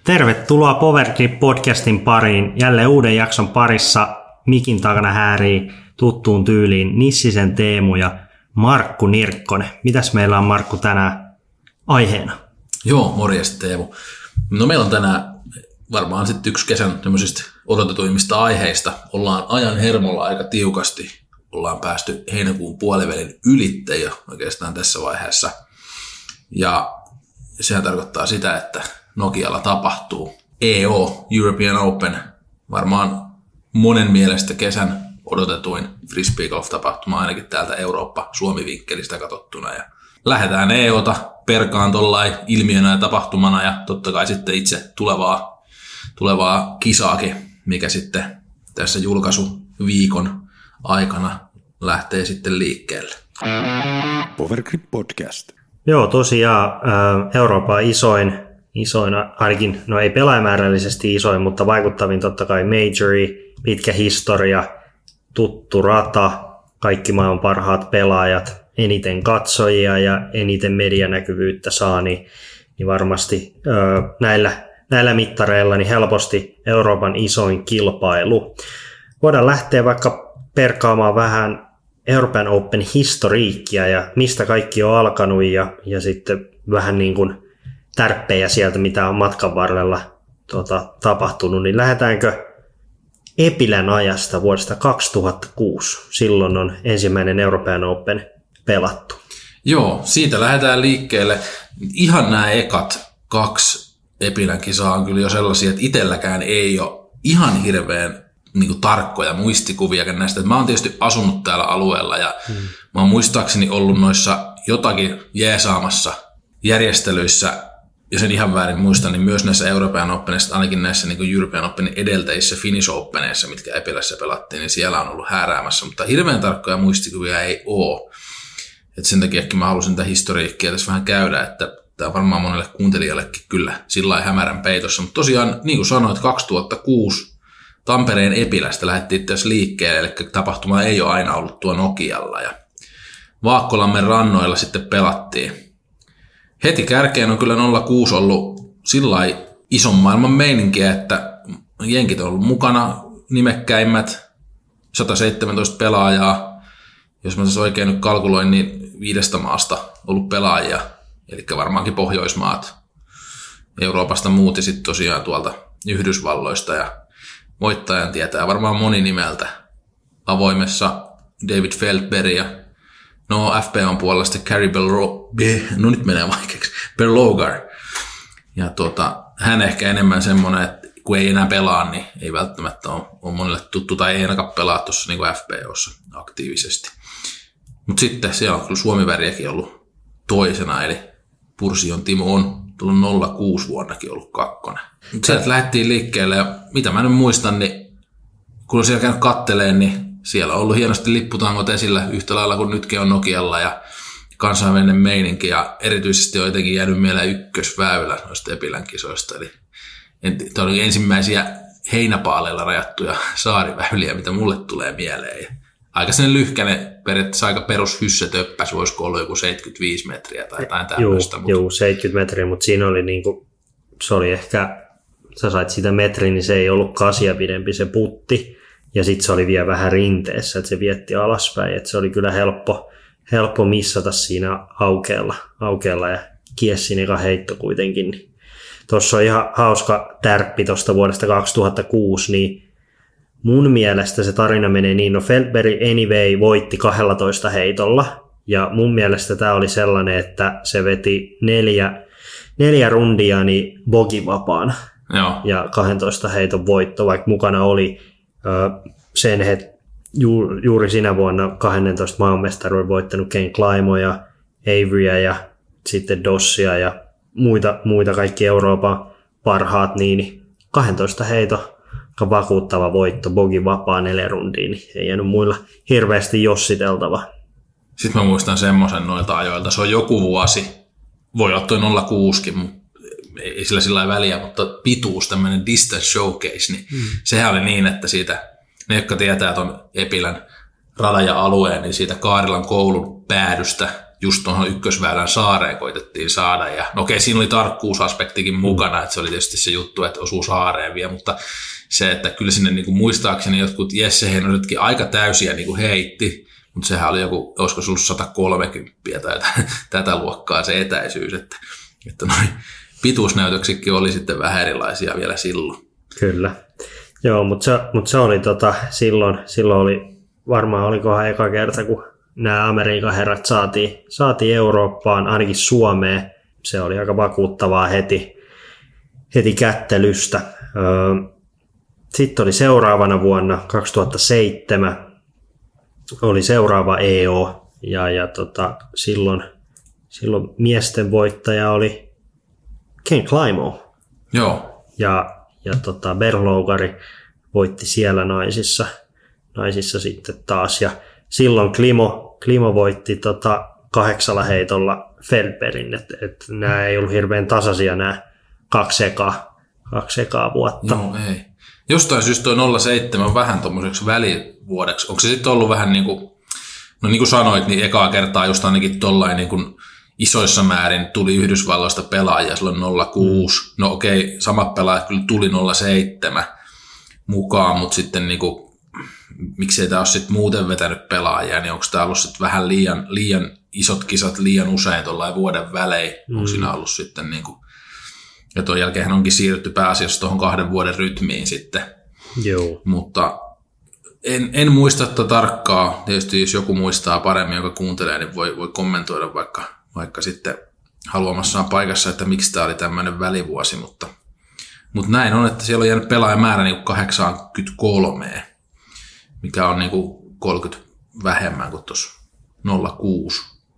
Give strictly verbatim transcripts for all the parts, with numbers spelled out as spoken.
Tervetuloa Powergrip podcastin pariin. Jälleen uuden jakson parissa mikin takana häärii tuttuun tyyliin Nissisen Teemu ja Markku Nirkkonen. Mitäs meillä on, Markku, tänään aiheena? Joo, morjesta Teemu. No meillä on tänään varmaan sitten yksi kesän tämmöisistä odotetuimmista aiheista. Ollaan ajan hermolla aika tiukasti. Ollaan päästy heinäkuun puolivälin ylitte jo oikeastaan tässä vaiheessa. Ja sehän tarkoittaa sitä, että Nokialla tapahtuu E O, European Open, varmaan monen mielestä kesän odotetuin frisbeegolf-tapahtuma ainakin täältä Eurooppa-Suomi-vinkkelistä katsottuna. Ja lähdetään E O:ta perkaan tollain ilmiönä ja tapahtumana ja totta kai sitten itse tulevaa, tulevaa kisaakin, mikä sitten tässä julkaisuviikon aikana lähtee sitten liikkeelle. Powergrip Podcast. Joo, tosiaan Euroopan isoin, isoin, ainakin, no ei pelaajamäärällisesti isoin, mutta vaikuttavin totta kai majori, pitkä historia, tuttu rata, kaikki maailman parhaat pelaajat, eniten katsojia ja eniten medianäkyvyyttä saa, niin, niin varmasti ö, näillä, näillä mittareilla niin helposti Euroopan isoin kilpailu. Voidaan lähteä vaikka perkaamaan vähän European Open historiikkia ja mistä kaikki on alkanut ja, ja sitten vähän niin kuin tärppejä sieltä, mitä on matkan varrella tota, tapahtunut, niin lähdetäänkö Epilän ajasta vuodesta kaksituhattakuusi? Silloin on ensimmäinen European Open pelattu. Joo, siitä lähdetään liikkeelle. Ihan nämä ekat kaksi Epilän kisaa on kyllä jo sellaisia, että itselläkään ei ole ihan hirveän niin kuin tarkkoja muistikuvia näistä. Mä oon tietysti asunut täällä alueella ja hmm. mä oon muistaakseni ollut noissa jotakin jeesaamassa järjestelyissä, ja sen ihan väärin muistan, niin myös näissä European Openissa, ainakin näissä niin kuin European Openin edeltäjissä Finnish Openeissa, mitkä Epilässä pelattiin, niin siellä on ollut hääräämässä, mutta hirveän tarkkoja muistikuvia ei ole. Et sen takiakin mä halusin tätä historiikkia tässä vähän käydä, että tämä on varmaan monelle kuuntelijallekin kyllä sillä lailla hämärän peitossa. Mutta tosiaan, niin kuin sanoit, kaksituhattakuusi Tampereen Epilästä lähdettiin tässä liikkeelle, eli tapahtuma ei ole aina ollut tuo Nokialla. Ja Vaakkolammen rannoilla sitten pelattiin. Heti kärkeen on kyllä nolla kuusi ollut sillai ison maailman meininkiä, että jenkit on ollut mukana, nimekkäimmät, sata seitsemäntoista pelaajaa. Jos mä tässä oikein nyt kalkuloin, niin viidestä maasta ollut pelaajia, eli varmaankin Pohjoismaat, Euroopasta muut ja sitten tosiaan tuolta Yhdysvalloista. Ja voittajan tietää varmaan moni nimeltä. Avoimessa David Feldberg ja no F P O:n puolella sitten Gary Berlo- no nyt menee vaikeaksi, Berlogar. Ja tuota, hän ehkä enemmän semmoinen, että kun ei enää pelaa, niin ei välttämättä ole, ole monelle tuttu tai ei ainakaan pelaa tuossa niin kuin F P O:ssa aktiivisesti. Mutta sitten siellä on kyllä Suomi-väriäkin ollut toisena, eli Pursion Timo on tullut nolla kuusi vuonnakin ollut kakkonen. Mutta sieltä lähdettiin liikkeelle ja mitä mä nyt muistan, niin kun on siellä käynyt katteleen, niin siellä on ollut hienosti lipputangot esillä yhtä lailla kuin nytkin on Nokialla ja kansainvälinen meininki ja erityisesti on jotenkin jäänyt mieleen ykkösväylä noista Epilän kisoista. Eli tämä oli ensimmäisiä heinäpaaleilla rajattuja saariväyliä, mitä mulle tulee mieleen. Ja aika sen lyhkäinen, periaatteessa aika perushyssetöppäs, voisiko olla joku seitsemänkymmentäviisi metriä tai jotain tämmöistä. Joo, mutta seitsemänkymmentä metriä, mutta siinä oli niinku, se oli ehkä, sä sait sitä metriä, niin se ei ollut kasia pidempi se putti. Ja sitten se oli vielä vähän rinteessä, että se vietti alaspäin, että se oli kyllä helppo, helppo missata siinä aukealla, aukealla ja kiessin eka heitto kuitenkin. Niin. Tuossa on ihan hauska tärppi tuosta vuodesta kaksituhattakuusi, niin mun mielestä se tarina menee niin, no Feldberg anyway voitti kaksitoista heitolla, ja mun mielestä tämä oli sellainen, että se veti neljä, neljä rundia niin bogivapaana. Joo. Ja kaksitoista heiton voitto, vaikka mukana oli sen het, ju, juuri sinä vuonna kaksitoista maailmanmestaruuden voittanut Ken Climo ja Averya ja sitten Dossia ja muita, muita kaikki Euroopan parhaat, niin kaksitoista heito, vakuuttava voitto, bogi vapaa neljä rundia, niin ei jäänyt muilla hirveästi jossiteltava. Sitten mä muistan semmoisen noilta ajoilta, se on joku vuosi, voi olla toi nolla kuusi, mutta ei sillä sillä väliä, mutta pituus, tämmöinen distance showcase, niin hmm. sehän oli niin, että siitä, ne jotka tietää tuon Epilän radan ja alueen, niin siitä Kaarilan koulun päädystä just tuohon ykkösväylän saareen koitettiin saada. Ja no okei, siinä oli tarkkuusaspektikin mukana, että se oli tietysti se juttu, että osuu saareen vielä, mutta se, että kyllä sinne niin kuin muistaakseni jotkut Jesse Heinosetkin aika täysiä niin kuin heitti, mutta sehän oli joku, olisiko se ollut sata kolmekymmentä tai tätä luokkaa se etäisyys, että, että noin pituusnäytöksikin oli sitten vähän erilaisia vielä silloin. Kyllä. Joo, mutta se, mut se oli tota, silloin, silloin oli, varmaan olikohan eka kerta, kun nämä Amerikan herrat saatiin, saatiin Eurooppaan, ainakin Suomeen. Se oli aika vakuuttavaa heti, heti kättelystä. Sitten oli seuraavana vuonna kaksituhattaseitsemän, oli seuraava E O, ja, ja tota, silloin, silloin miesten voittaja oli Ken Climo. Joo. Ja, ja tota Berlogari voitti siellä naisissa, naisissa sitten taas. Ja silloin Climo, Climo voitti tota kahdeksalla heitolla Feldbergin, että et nämä ei ollut hirveän tasaisia nämä kaksi ekaa, kaksi ekaa vuotta. No ei. Jostain syystä tuo nolla seitsemän on vähän tuommoiseksi välivuodeksi. Onko se sitten ollut vähän niin kuin, no niin kuin sanoit, niin ekaa kertaa just ainakin tollain niin kuin isoissa määrin tuli Yhdysvalloista pelaajia silloin nolla kuusi. No okei, samat pelaajat kyllä tuli nolla seitsemän mukaan, mutta sitten niin kuin, miksei tämä ole sitten muuten vetänyt pelaajia, niin onko tämä ollut sitten vähän liian, liian isot kisat liian usein tuollain vuoden välein? Mm. Onko siinä ollut sitten niin kuin, ja tuon jälkeen onkin siirrytty pääasiassa tuohon kahden vuoden rytmiin sitten. Joo. Mutta en, en muista tätä tarkkaa. Tietysti jos joku muistaa paremmin, joka kuuntelee, niin voi, voi kommentoida vaikka, vaikka sitten haluamassaan paikassa, että miksi tämä oli tämmöinen välivuosi. Mutta, mutta näin on, että siellä on jäänyt pelaajamäärä niin kuin kahdeksankymmentäkolme, mikä on niin kuin kolmekymmentä vähemmän kuin tuossa nolla kuusi.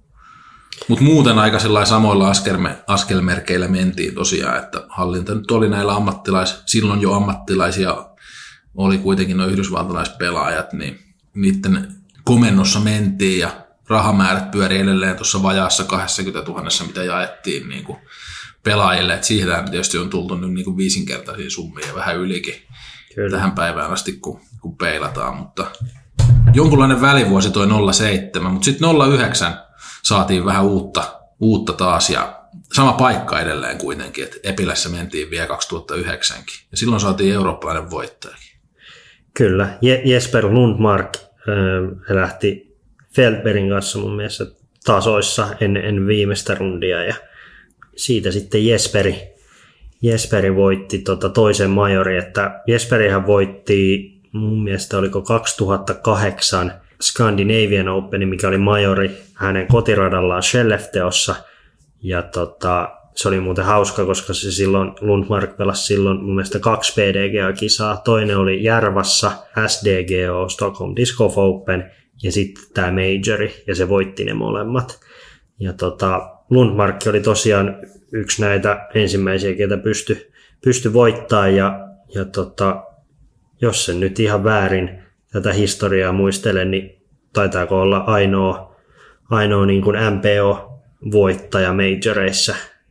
Mutta muuten aika samoilla askelme, askelmerkeillä mentiin tosiaan, että hallinta nyt oli näillä ammattilais, silloin jo ammattilaisia oli kuitenkin nuo yhdysvaltalaispelaajat, niin niiden komennossa mentiin ja rahamäärät pyöri edelleen tuossa vajaassa kaksikymmentätuhatta, mitä jaettiin niin kuin pelaajille. Et siihen tietysti on tultu nyt niin kuin viisinkertaisia summia ja vähän ylikin Kyllä. tähän päivään asti, kun, kun peilataan. Mutta jonkunlainen välivuosi toi nolla seitsemän, mutta sitten nolla yhdeksän saatiin vähän uutta, uutta taas ja sama paikka edelleen kuitenkin, että Epilässä mentiin vielä kaksituhattayhdeksänkin ja silloin saatiin eurooppalainen voittajakin. Kyllä, Je- Jesper Lundmark äh, lähti Feldbergin kanssa mun mielestä tasoissa ennen, ennen viimeistä rundia ja siitä sitten Jesperi, Jesperi voitti tota toisen majorin, että Jesperihän voitti mun mielestä oliko kaksituhattakahdeksan Scandinavian Open, mikä oli majori hänen kotiradallaan Skellefteåssa. Ja tota, se oli muuten hauska, koska se silloin, Lundmark pelasi silloin mun mielestä kaksi P D G A-kisaa. Toinen oli Järvassa, S D G O, Stockholm Disc Golf Open, ja sitten tämä majori, ja se voitti ne molemmat. Ja tota, Lundmark oli tosiaan yksi näitä ensimmäisiä, ketä pystyi pysty voittamaan, ja, ja tota, jos sen nyt ihan väärin tätä historiaa muistelen, niin taitaako olla ainoa, ainoa niin kuin M P O-voittaja majoreissa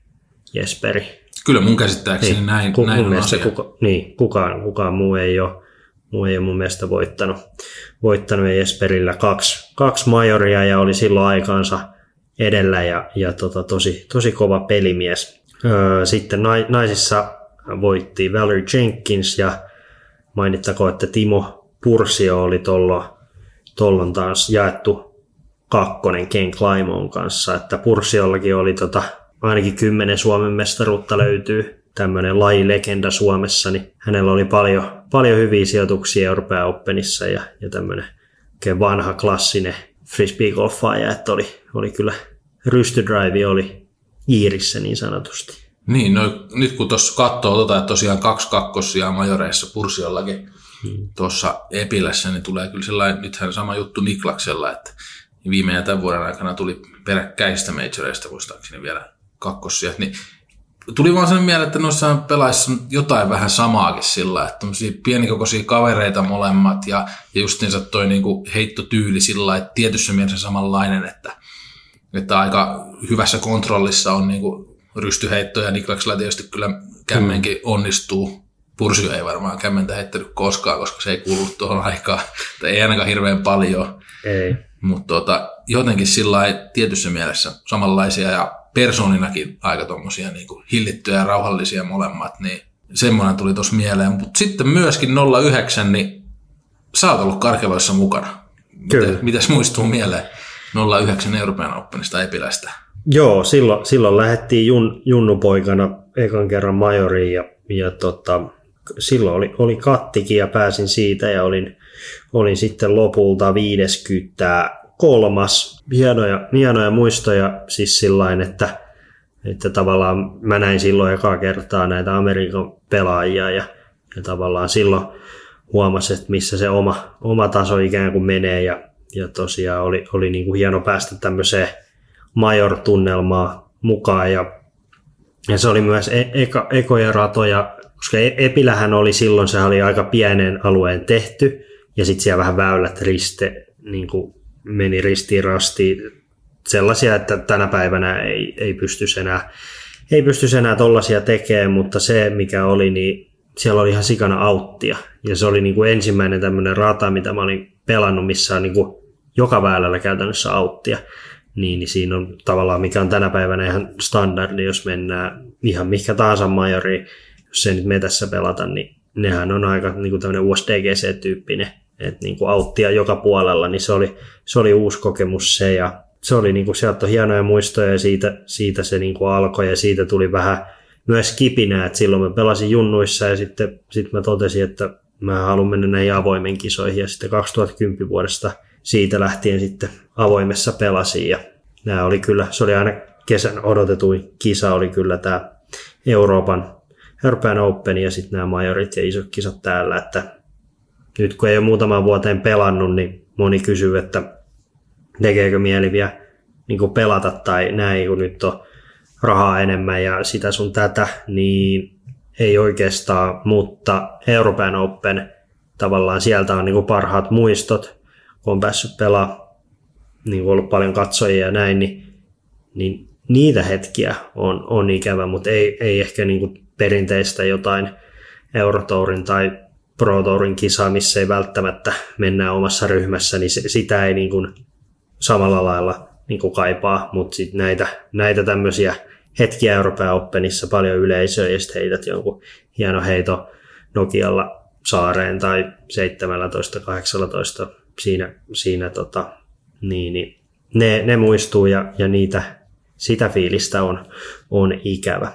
Jesperi. Kyllä mun käsittääkseni niin, näin, ku, näin on asia. Kuka, niin, kukaan, kukaan muu ei ole, muu ei ole mun mielestä voittanut, voittanut ja Jesperillä kaksi, kaksi majoria ja oli silloin aikaansa edellä ja, ja tota, tosi, tosi kova pelimies. Öö, sitten naisissa voitti Valerie Jenkins ja mainittakoon, että Timo Pursio oli tollon, tollon taas jaettu kakkonen Ken Climon kanssa, että Pursiollakin oli tota, ainakin kymmenen Suomen mestaruutta löytyy, tämmöinen lajilegenda Suomessa, niin hänellä oli paljon, paljon hyviä sijoituksia Euroopan Openissa ja, ja tämmöinen vanha klassinen frisbee-golfaaja, että oli, oli kyllä rystydrive oli Iirissä niin sanotusti. Niin, no nyt kun tuossa katsoo tota, että tosiaan kaksi kakkosia majoreissa Pursiollakin hmm. tuossa Epilässä, niin tulee kyllä sellainen, nythän sama juttu Niklaksella, että viime ja tämän vuoden aikana tuli peräkkäistä majoreista, muistaakseni vielä kakkosia, niin tuli vaan sen mieleen, että noissa pelaissa on jotain vähän samaakin sillä, että tämmöisiä pienikokoisia kavereita molemmat ja, ja justiinsa toi niinku heittotyyli sillä, että tietyssä mielessä samanlainen, että, että aika hyvässä kontrollissa on niinku rystyheitto ja Niklaksella tietysti kyllä kämmenkin onnistuu. Pursio ei varmaan kämmentä heittänyt koskaan, koska se ei kuulu tuohon aikaan, tai ei ainakaan hirveän paljon. Ei. mutta tota, jotenkin sillä tietyssä mielessä samanlaisia ja persooninakin aika tommosia niin kuin hillittyjä ja rauhallisia molemmat, niin semmoinen tuli tuossa mieleen. Mutta sitten myöskin nolla yhdeksän, niin sä oot ollut karkeloissa mukana. Kyllä. Mitäs muistuu mieleen nolla yhdeksän Euroopan Openista Epilästä? Joo, silloin, silloin lähdettiin jun, junnupoikana ekan kerran majoriin ja, ja tota, silloin oli, oli kattikin ja pääsin siitä ja olin, olin sitten lopulta viideskymmeneskolmas. Hienoja, hienoja muistoja siis sillain, että, että tavallaan mä näin silloin ekaa kertaa näitä Amerikan pelaajia ja, ja tavallaan silloin huomasin, että missä se oma, oma taso ikään kuin menee ja, ja tosiaan oli, oli niin kuin hieno päästä tämmöiseen major-tunnelmaan mukaan ja, ja se oli myös e- eka, ekoja ratoja, koska Epilähän oli silloin, se oli aika pienen alueen tehty ja sitten siellä vähän väylät riste, niin kuin meni ristiin rastiin sellaisia, että tänä päivänä ei, ei pystyisi enää, ei pystyisi enää tollaisia tekemään, mutta se mikä oli, niin siellä oli ihan sikana auttia ja se oli niin kuin ensimmäinen tämmöinen rata, mitä mä olin pelannut, missä on niin kuin joka väylällä käytännössä auttia. Niin, niin siinä on tavallaan, mikä on tänä päivänä ihan standardi, jos mennään ihan mikä tahansa majoriin, jos ei nyt metässä pelata, niin nehän on aika niin kuin tämmöinen U S D G C-tyyppinen, että niin kuin auttia joka puolella, niin se oli, se oli uusi kokemus se, ja se oli niin kuin, sieltä on hienoja muistoja, ja siitä, siitä se niin kuin alkoi, ja siitä tuli vähän myös kipinää, että silloin mä pelasin junnuissa, ja sitten sit mä totesin, että mä haluan mennä näihin avoimen kisoihin, ja sitten kaksituhattakymmenen vuodesta siitä lähtien sitten avoimessa pelasin ja nämä oli kyllä, se oli aina kesän odotetuin kisa oli kyllä tämä Euroopan, Euroopan Open ja sitten nämä majorit ja isot kisat täällä, että nyt kun ei ole muutaman vuoteen pelannut, niin moni kysyy, että tekeekö mieli vielä niin kuin pelata tai näin, kun nyt on rahaa enemmän ja sitä sun tätä, niin ei oikeastaan, mutta Euroopan Open tavallaan sieltä on niin kuin parhaat muistot, kun on päässyt pelaamaan, niin kuin ollut paljon katsojia ja näin, niin, niin niitä hetkiä on, on ikävä, mutta ei, ei ehkä niin kuin perinteistä jotain Eurotourin tai Pro Tourin kisaa, missä ei välttämättä mennä omassa ryhmässä, niin se, sitä ei niin kuin samalla lailla niin kuin kaipaa, mutta sitten näitä, näitä tämmöisiä hetkiä Euroopan Openissa paljon yleisöä ja sitten heität jonkun hieno heito Nokialla saareen tai seitsemäntoista kahdeksantoista siinä, siinä tota, niin, niin ne, ne muistuu ja, ja niitä, sitä fiilistä on, on ikävä.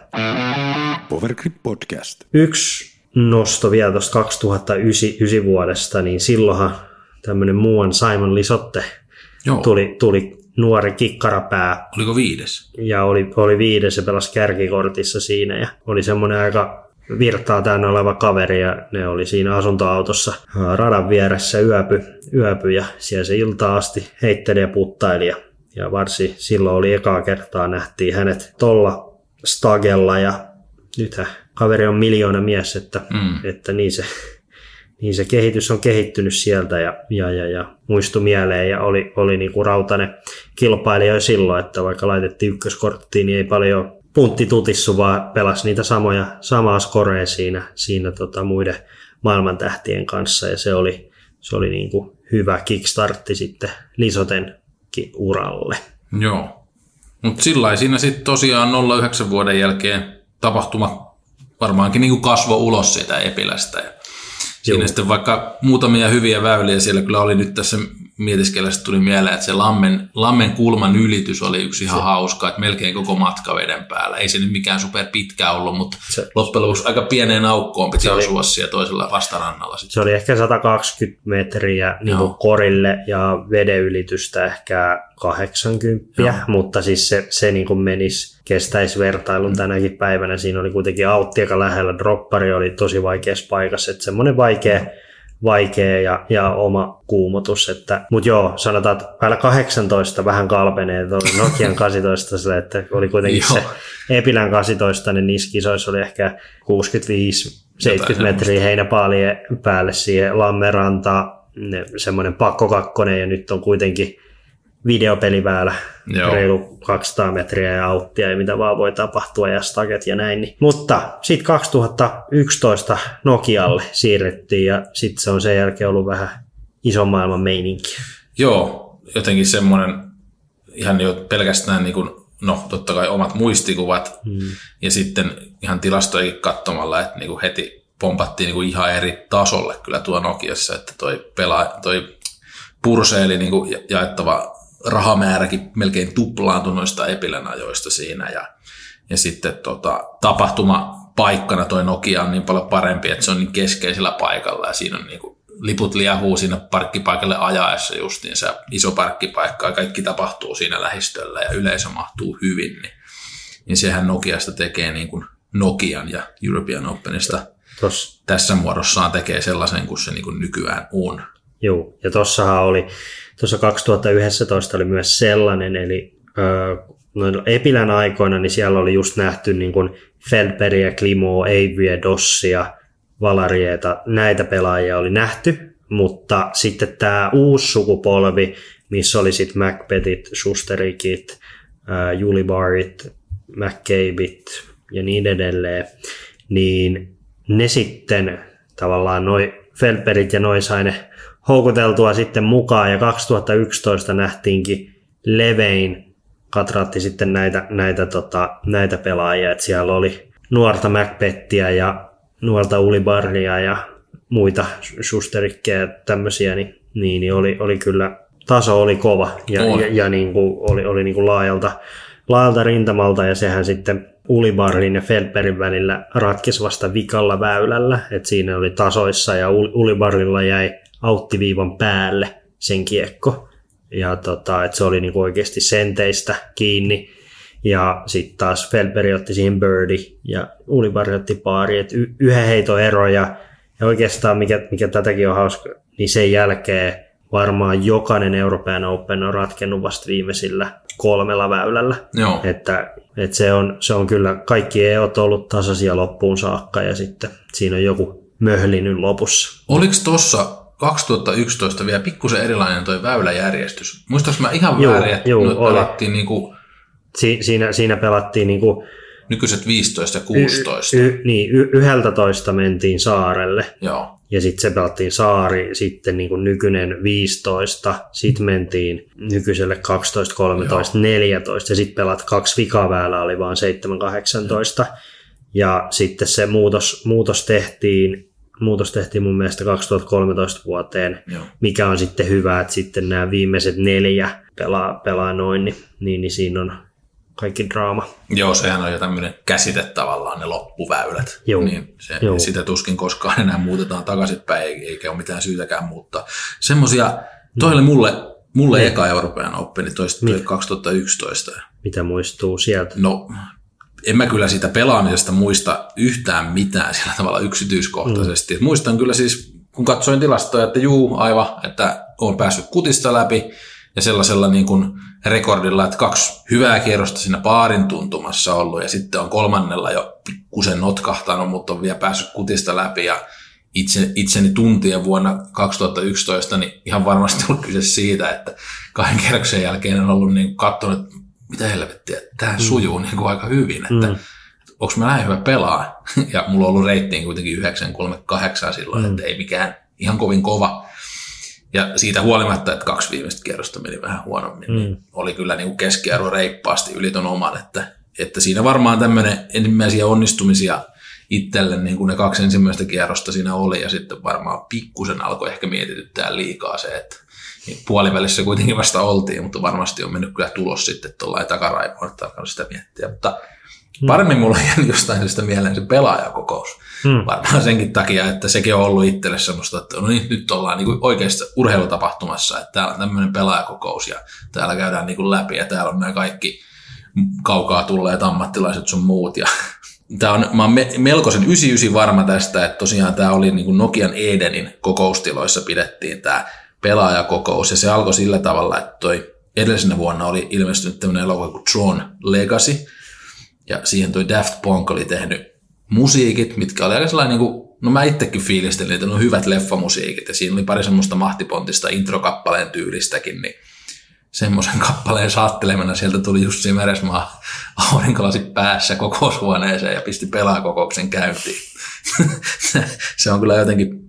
Powergrip Podcast. Yksi nosto vielä tuosta kaksituhattayhdeksän vuodesta, niin silloinhan tämmöinen muuan Simon Lisotte tuli, tuli nuori kikkarapää. Oliko viides? Ja oli, oli viides ja pelasi kärkikortissa siinä ja oli semmoinen aika virtaa täynnä oleva kaveri ja ne oli siinä asuntoautossa radan vieressä yöpy, yöpy ja siellä se iltaa asti heitteli ja puttaili ja, ja varsin silloin oli ekaa kertaa nähtiin hänet tolla stagella ja nythän kaveri on miljoona mies, että, mm. että niin, se, niin se kehitys on kehittynyt sieltä ja, ja, ja, ja muistui mieleen ja oli, oli niinku rautainen kilpailija jo silloin, että vaikka laitettiin ykköskorttiin, niin ei paljon puntti tutissu, vaan pelasi niitä samoja, samaa skorea siinä, siinä tota muiden maailmantähtien kanssa ja se oli, se oli niinku hyvä kickstartti sitten Lisoten uralle. Joo, mutta sillä siinä sitten tosiaan nolla yhdeksän vuoden jälkeen tapahtuma varmaankin niinku kasvoi ulos siitä Epilästä ja siinä sitten vaikka muutamia hyviä väyliä siellä kyllä oli nyt tässä mietiskellessä tuli mieleen, että se Lammen, Lammen kulman ylitys oli yksi ihan se. hauska, että melkein koko matka veden päällä. Ei se nyt mikään super pitkä ollut, mutta se. loppujen lopuksi aika pieneen aukkoon piti osua siellä toisella vastarannalla. Sitten. Se oli ehkä sata kaksikymmentä metriä niin kuin korille ja veden ylitystä ehkä kahdeksankymmentä, Joo. mutta siis se, se niin kuin menisi, kestäisi vertailun tänäkin päivänä. Siinä oli kuitenkin autti aika lähellä, droppari oli tosi vaikeassa paikassa, että semmoinen vaikea vaikea ja, ja oma kuumotus. Että, mutta joo, sanotaan, että päällä kahdeksantoista vähän kalpenee tuolla Nokian kahdeksantoista, sille, että oli kuitenkin se Epilän kahdeksantoista, niin niissä kisoissa oli ehkä kuusikymmentäviisi seitsemänkymmentä metriä heinäpaalien päälle siihen Lammenrantaan, semmoinen pakkokakkonen ja nyt on kuitenkin videopeliväylä, Joo. reilu kaksisataa metriä ja auttia ja mitä vaan voi tapahtua ja staget ja näin. Niin. Mutta sitten kaksituhattayksitoista Nokialle siirrettiin ja sitten se on sen jälkeen ollut vähän ison maailman meininki. Joo, jotenkin semmoinen ihan jo pelkästään niin kuin, no totta kai omat muistikuvat mm. ja sitten ihan tilastoikin katsomalla, että niin kuin heti pompattiin niin kuin ihan eri tasolle kyllä tuo Nokiassa, että toi, pelaa, toi purseeli niin kuin jaettava rahamääräkin melkein tuplaantui noista Epilän ajoista siinä ja, ja sitten tota, tapahtumapaikkana toi Nokia on niin paljon parempi, että se on niin keskeisellä paikalla ja siinä on niin kuin liput liahuu siinä parkkipaikalle ajaessa justiin se iso parkkipaikka ja kaikki tapahtuu siinä lähistöllä ja yleisö mahtuu hyvin, niin, niin sehän Nokiasta tekee niin kuin Nokian ja European Openista Tos. tässä muodossaan tekee sellaisen kuin se niin kuin nykyään on. Joo, ja tuossahan oli, tuossa kaksituhattayksitoista oli myös sellainen, eli noin Epilän aikoina, niin siellä oli just nähty niin kuin Feldbergia, Klimoa, Averyä, Dossia, Valarieta, näitä pelaajia oli nähty, mutta sitten tämä uusi sukupolvi, missä oli sitten Macbethit, Schusterikit, äh, Julibarit, McCabeit ja niin edelleen, niin ne sitten tavallaan noi Feldbergit ja noi sai ne houkuteltua sitten mukaan, ja kaksituhattayksitoista nähtiinkin Levein katraatti sitten näitä, näitä, tota, näitä pelaajia, että siellä oli nuorta Macbethia ja nuorta Ulibarria ja muita Schusterikkeja ja tämmöisiä, niin, niin, niin oli, oli kyllä, taso oli kova ja, ja, ja niin kuin oli, oli niin kuin laajalta, laajalta rintamalta, ja sehän sitten Ulibarrin ja Feldbergin välillä ratkesi vasta vikalla väylällä, että siinä oli tasoissa ja Ulibarrilla jäi auttiviivan päälle sen kiekko, ja tota, että se oli niin kuin oikeasti senteistä kiinni. Ja sitten taas Feldberg otti siihen birdie ja Ulibarri otti pari, että y- yhden heiton ero, ja, ja oikeastaan mikä, mikä tätäkin on hauska, niin sen jälkeen varmaan jokainen European Open on ratkennut vasta viimeisillä kolmella väylällä. Joo. Että, että se, on, se on kyllä, kaikki ei ole ollut tasaisia loppuun saakka, ja sitten siinä on joku möhlinyt lopussa. Oliko tuossa kaksituhattayksitoista vielä pikkusen erilainen toi väyläjärjestys? Muistaaks mä ihan väärin, että nyt pelattiin niinku Si- siinä, siinä pelattiin niinku nykyiset viisitoista ja kuusitoista. Y- y- niin, y- yhdeltätoista mentiin saarelle. Joo. Ja sitten se pelattiin saari, sitten niinku nykyinen viisitoista, sitten mentiin nykyiselle kaksitoista, kolmetoista, Joo. neljätoista, ja sitten pelat kaksi vikaväylää, oli vaan seitsemän, kahdeksantoista. Joo. Ja sitten se muutos, muutos tehtiin Muutos tehtiin mun mielestä kaksituhattakolmetoista vuoteen, Joo. mikä on sitten hyvä, että sitten nämä viimeiset neljä pelaa, pelaa noin, niin, niin, niin siinä on kaikki draama. Joo, sehän on jo tämmöinen käsite tavallaan, ne loppuväylät. Joo. Niin se, Joo. sitä tuskin koskaan enää muutetaan takaisinpäin, eikä ole mitään syytäkään muuttaa. Semmoisia, toi oli mulle, mulle no. eka European Open, toista kaksituhattayksitoista. Mitä muistuu sieltä? No, en mä kyllä siitä pelaamisesta muista yhtään mitään sillä tavalla yksityiskohtaisesti. Mm. Muistan kyllä siis, kun katsoin tilastoja, että juu, aivan, että olen päässyt kutista läpi ja sellaisella niin kuin rekordilla, että kaksi hyvää kierrosta siinä paarin tuntumassa ollut ja sitten on kolmannella jo pikkusen notkahtanut, mutta on vielä päässyt kutista läpi ja itse, itseni tuntien vuonna kaksituhattayksitoista, niin ihan varmasti ollut kyse siitä, että kahden kierroksen jälkeen on ollut niin katsonut, mitä helvettiä, tämä mm. sujuu niin kuin aika hyvin, että mm. onko mä näin hyvä pelaa. Ja mulla on ollut reittiin kuitenkin yhdeksän kolme kahdeksan silloin, mm. että ei mikään ihan kovin kova. Ja siitä huolimatta, että kaksi viimeistä kierrosta meni vähän huonommin, mm. niin oli kyllä niin kuin keskiarvo reippaasti yli ton oman. Että, että siinä varmaan tämmöinen ensimmäisiä onnistumisia itselle, niin kuin ne kaksi ensimmäistä kierrosta siinä oli, ja sitten varmaan pikkusen alkoi ehkä mietityttää liikaa se, että puolivälissä kuitenkin vasta oltiin, mutta varmasti on mennyt kyllä tulos sitten tuollain takaraivoon, että alkanut sitä miettiä. Mutta paremmin mulla on jäänyt jostain sitä mieleen se pelaajakokous. Hmm. Varmaan senkin takia, että sekin on ollut itselle semmoista, että no niin, nyt ollaan niin oikeassa urheilutapahtumassa, että täällä on tämmöinen pelaajakokous ja täällä käydään niin läpi ja täällä on nämä kaikki kaukaa tulleet ammattilaiset sun muut. Ja tää on, mä oon me, melkoisen yhdeksänkymmentäyhdeksän varma tästä, että tosiaan tämä oli niin Nokian Edenin kokoustiloissa pidettiin tämä pelaajakokous, ja se alkoi sillä tavalla, että toi edellisenä vuonna oli ilmestynyt tämmöinen elokuva kuin Tron Legacy, ja siihen toi Daft Punk oli tehnyt musiikit, mitkä oli aika sellainen, niin kuin, no mä itsekin fiilistelin, että ne on hyvät leffamusiikit, ja siinä oli pari semmoista mahtipontista introkappaleen tyylistäkin, niin semmoisen kappaleen saattelemana sieltä tuli Jussi Meresmaa aurinkolasit päässä kokoushuoneeseen ja pisti pelaajakokouksen käyntiin. Se on kyllä jotenkin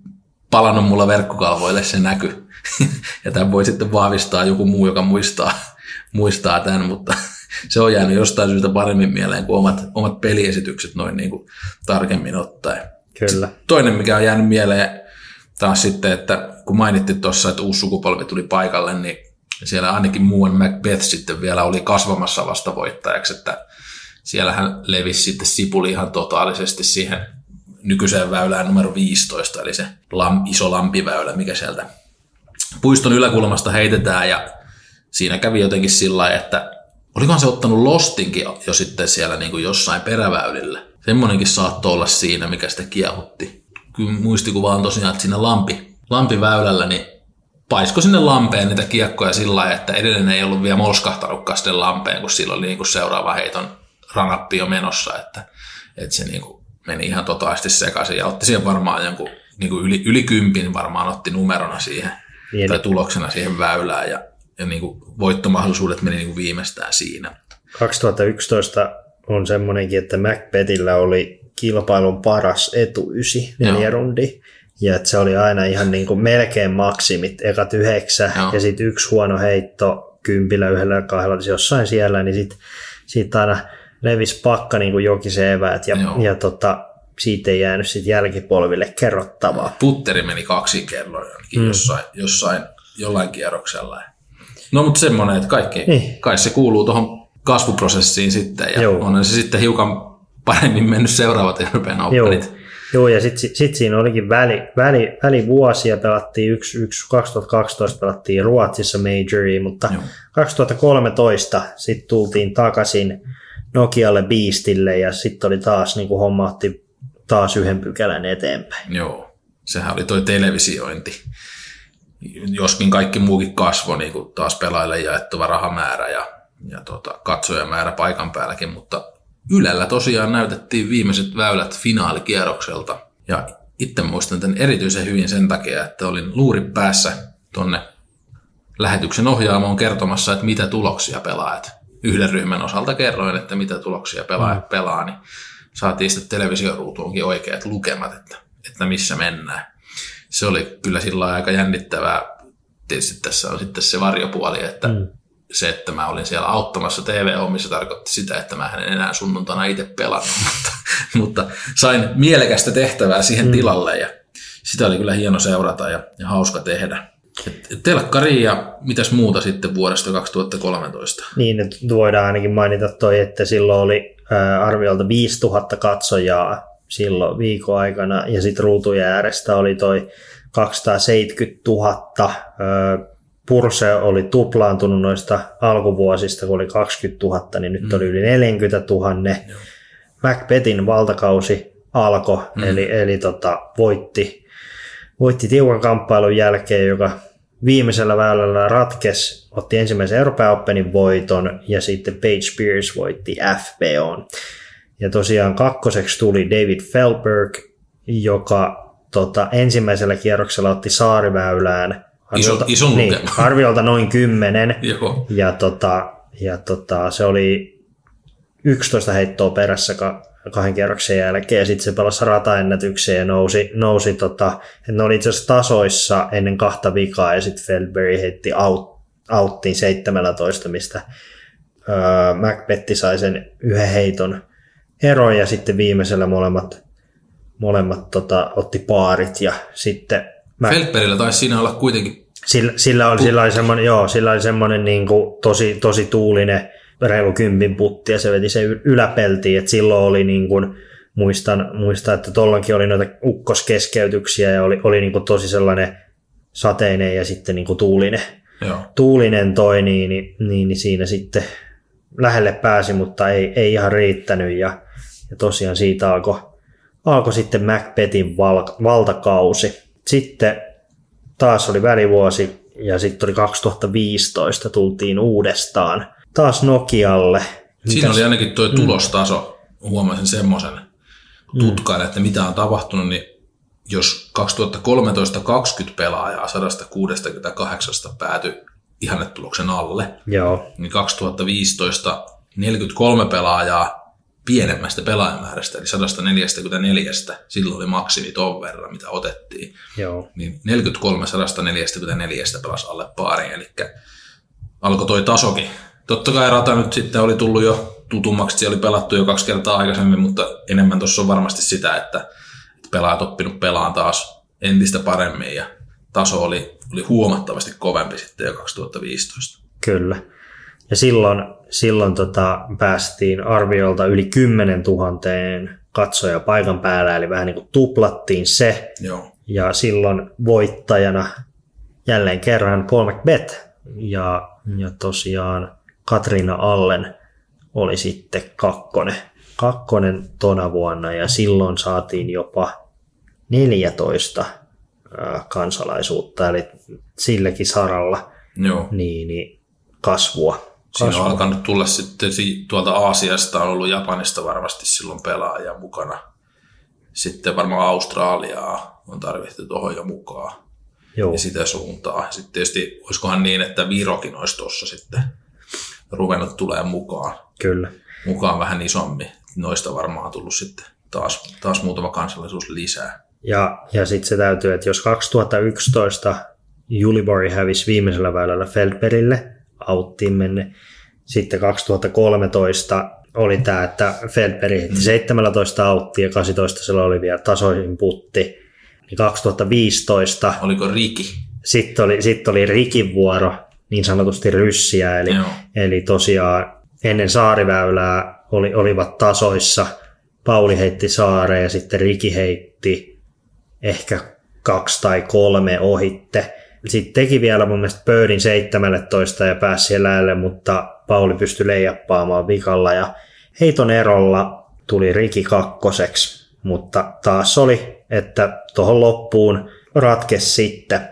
palannut mulla verkkokalvoille se näky. Ja tämän voi sitten vahvistaa joku muu, joka muistaa, muistaa tämän, mutta se on jäänyt jostain syystä paremmin mieleen kuin omat, omat peliesitykset noin niin kuin tarkemmin ottaen. Kyllä. Toinen, mikä on jäänyt mieleen taas sitten, että kun mainittiin tuossa, että uusi sukupolvi tuli paikalle, niin siellä ainakin muun Macbeth sitten vielä oli kasvamassa vasta voittajaksi, että siellähän levisi sitten sipuli ihan totaalisesti siihen nykyiseen väylään numero viisitoista, eli se lam, iso lampiväylä, mikä sieltä puiston yläkulmasta heitetään, ja siinä kävi jotenkin sillä lailla, että olikohan se ottanut Lostinkin jo sitten siellä niin kuin jossain peräväylillä. Semmoinenkin saattoi olla siinä, mikä sitä kiehutti. Kyllä muistikuva on tosiaan, että siinä lampi, lampiväylällä niin paisko sinne lampeen niitä kiekkoja sillä lailla, että edelleen ei ollut vielä molskahtanutkaan sinne lampeen, kun sillä oli niin kuin seuraava heiton ranappi jo menossa, että, että se niin kuin meni ihan totaalisesti sekaisin ja otti siihen varmaan jonkun niin kuin yli, yli kympin varmaan otti numerona siihen niin, tai tuloksena siihen väylään ja, ja niin kuin voittomahdollisuudet meni niin kuin viimeistään siinä. kaksituhattayksitoista on semmoinenkin, että Macbethillä oli kilpailun paras etuysi, neljä rundi. Ja että se oli aina ihan niin kuin melkein maksimit, ekat yhdeksä Joo. ja sitten yksi huono heitto kympillä, yhdellä ja kahdella jossain siellä, niin sitten sit aina levisi pakka niin kuin jokisen eväät ja, ja tota, siitä ei jäänyt sitten jälkipolville kerrottavaa. Putteri meni kaksinkerroin mm. jossain, jossain jollain kierroksella. No mutta semmoinen, että kaikki, niin. kai se kuuluu tuohon kasvuprosessiin sitten ja Joo. on se sitten hiukan paremmin mennyt seuraavat Euroopan Openit. Joo, ja sitten sit siinä olikin väli, väli, välivuosia, pelattiin yksi, yksi, kaksituhattakaksitoista pelattiin Ruotsissa Majoria, mutta Joo. kaksituhattakolmetoista sitten tultiin takaisin Nokialle Beastille, ja sitten oli taas, niin kuin homma otti taas yhden pykälän eteenpäin. Joo, sehän oli toi televisiointi, joskin kaikki muukin kasvoi, niin kuin taas pelaajille jaettava rahamäärä ja, ja tota, katsojamäärä paikan päälläkin, mutta Ylellä tosiaan näytettiin viimeiset väylät finaalikierrokselta, ja itse muistan tämän erityisen hyvin sen takia, että olin luuri päässä tuonne lähetyksen ohjaamoon kertomassa, että mitä tuloksia pelaajat. Yhden ryhmän osalta kerroin, että mitä tuloksia pelaajat pelaa, niin saatiin sitten televisioruutuunkin oikeat lukemat, että, että missä mennään. Se oli kyllä sillä aika jännittävää. Tietysti tässä on sitten se varjopuoli, että mm. se, että mä olin siellä auttamassa T V-hommissa, tarkoitti sitä, että mä en enää sunnuntaina itse pelannut, mutta, mutta sain mielekästä tehtävää siihen mm. tilalle ja sitä oli kyllä hieno seurata ja, ja hauska tehdä. Telkkari ja mitäs muuta sitten vuodesta kaksituhattakolmetoista? Niin, nyt voidaan ainakin mainita toi, että silloin oli ää, arviolta viisituhatta katsojaa silloin viikon aikana ja sitten ruutujen äärestä oli toi kaksisataaseitsemänkymmentätuhatta. Ää, Purse oli tuplaantunut noista alkuvuosista, kun oli kaksikymmentätuhatta, niin nyt mm. oli yli neljäkymmentätuhatta. Joo. Macbethin valtakausi alkoi, mm. eli, eli tota, voitti, voitti tiukan kamppailun jälkeen, joka viimeisellä väylällä ratkesi, otti ensimmäisen Euroopan Openin voiton, ja sitten Paige Pierce voitti F B O:n. Ja tosiaan kakkoseksi tuli David Feldberg, joka tota, ensimmäisellä kierroksella otti saariväylään Arviolta, Iso, ison niin, arviolta noin kymmenen, Joo. ja, tota, ja tota, se oli yksitoista heittoa perässä kahden kierroksen jälkeen, ja sitten se pelasi rataennätykseen ja nousi, nousi tota, että ne oli itse asiassa tasoissa ennen kahta vikaa, ja sitten Feldberg heitti out, outtiin seitsemäntoista, mistä öö, Macbeth sai sen yhden heiton eron, ja sitten viimeisellä molemmat, molemmat tota, otti paarit, ja sitten Feldbergillä taisi siinä olla kuitenkin... Sillä, sillä oli, sillä oli semmoinen, joo, sillä oli semmoinen niin kuin tosi, tosi tuulinen reilu kympin putti ja se veti se yläpeltiin, että silloin oli niin kuin, muistan, muistan, että tuolloinkin oli noita ukkoskeskeytyksiä ja oli, oli niin kuin tosi sellainen sateinen ja sitten niin kuin tuulinen, joo. tuulinen toi, niin, niin, niin, niin siinä sitten lähelle pääsi, mutta ei, ei ihan riittänyt ja, ja tosiaan siitä alkoi alko sitten Macbethin val, valtakausi. Sitten taas oli välivuosi ja sitten oli kaksituhattaviisitoista, tultiin uudestaan taas Nokialle. Siinä Mitäs? Oli ainakin tuo tulostaso, huomasin semmoisen tutkaille, että mitä on tapahtunut, niin jos kaksituhattakolmetoista kaksikymmentä pelaajaa sata kuusikymmentäkahdeksan päätyi ihannetuloksen alle, Joo. niin kaksituhattaviisitoista neljäkymmentäkolme pelaajaa pienemmästä pelaajamäärästä, eli sata neljäkymmentäneljä, silloin oli maksimi ton verran, mitä otettiin. Joo. Niin neljäkymmentäkolme sata neljäkymmentäneljä pelasi alle paarin, eli alkoi toi tasokin. Totta kai rata nyt sitten oli tullut jo tutummaksi, siellä oli pelattu jo kaksi kertaa aikaisemmin, mutta enemmän tuossa on varmasti sitä, että pelaajat oppinut pelaan taas entistä paremmin ja taso oli, oli huomattavasti kovempi sitten jo kaksituhattaviisitoista. Kyllä. Ja silloin, silloin tota, päästiin arviolta yli kymmenen tuhanteen katsoja paikan päällä, eli vähän niin kuin tuplattiin se. Joo. Ja silloin voittajana jälleen kerran Paul McBeth ja, ja tosiaan Katriina Allen oli sitten kakkonen. Kakkonen tona vuonna ja silloin saatiin jopa neljätoista kansalaisuutta, eli silläkin saralla Joo. Niin, niin kasvua. kasvua. Siinä on alkanut tulla sitten tuolta Aasiasta, on ollut Japanista varmasti silloin pelaajia mukana. Sitten varmaan Australiaa on tarvittu tuohon jo mukaan. Joo. Ja sitä suuntaa. Sitten tietysti olisikohan niin, että Virokin olisi tuossa sitten ruvennut tulemaan mukaan. Kyllä. Mukaan vähän isommin. Noista varmaan on tullut sitten taas, taas muutama kansallisuus lisää. Ja, ja sitten se täytyy, että jos kaksituhattayksitoista Ulibarri hävisi viimeisellä väylällä Feldbergille, auttiin menne. Sitten kaksituhattakolmetoista oli tämä, että Feldberg heitti mm. seitsemäntoista auttia ja kahdeksantoista sillä oli vielä tasoisin putti. Niin kaksituhattaviisitoista oliko Riki? Sitten oli, sitten oli Rikin vuoro, niin sanotusti ryssiä, eli, eli tosiaan ennen saariväylää oli, olivat tasoissa. Pauli heitti saareen ja sitten Riki heitti ehkä kaksi tai kolme ohitte. Sitten teki vielä mun mielestä birdin seitsemäntoista ja pääsi siellä lähelle, mutta Pauli pystyi leijappaamaan vikalla ja heiton erolla tuli Riki kakkoseksi, mutta taas oli, että tuohon loppuun ratkesi sitten.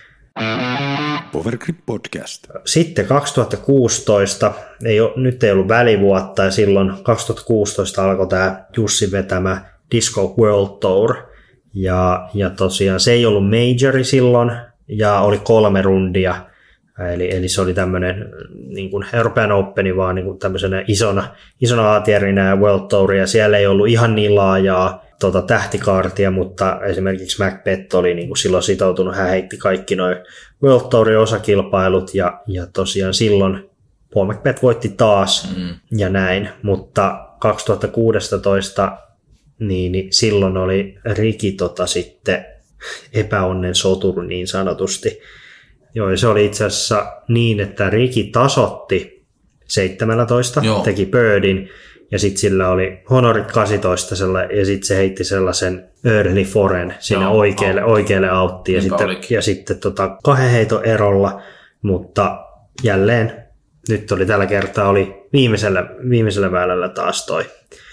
Powergrip Podcast. Sitten kaksituhattakuusitoista, ei ole, nyt ei ollut välivuotta ja silloin kaksituhattakuusitoista alkoi tämä Jussi vetämä Disco World Tour ja, ja tosiaan se ei ollut majori silloin ja oli kolme rundia, eli, eli se oli tämmöinen niin kuin European Openi vaan niin kuin tämmöisenä isona, isona A-tierinä ja World Tour ja siellä ei ollut ihan niin laajaa Tuota, tähtikaartia, mutta esimerkiksi Macbeth oli niin kuin silloin sitoutunut, hän heitti kaikki nuo World Tourin osakilpailut ja, ja tosiaan silloin Paul McBeth voitti taas mm. ja näin, mutta kaksituhattakuusitoista niin, niin silloin oli Riki tota, sitten epäonnen soturu niin sanotusti. Joo, se oli itse asiassa niin, että Riki tasotti seitsemäntoista, Joo. teki birdin, ja sitten sillä oli honorit kahdeksantoista ja sitten se heitti sellaisen early foren sinne Joo, oikealle, out. oikealle auttiin ja sitten, ja sitten tota kahden heiton erolla, mutta jälleen nyt oli tällä kertaa oli viimeisellä, viimeisellä väylällä taas toi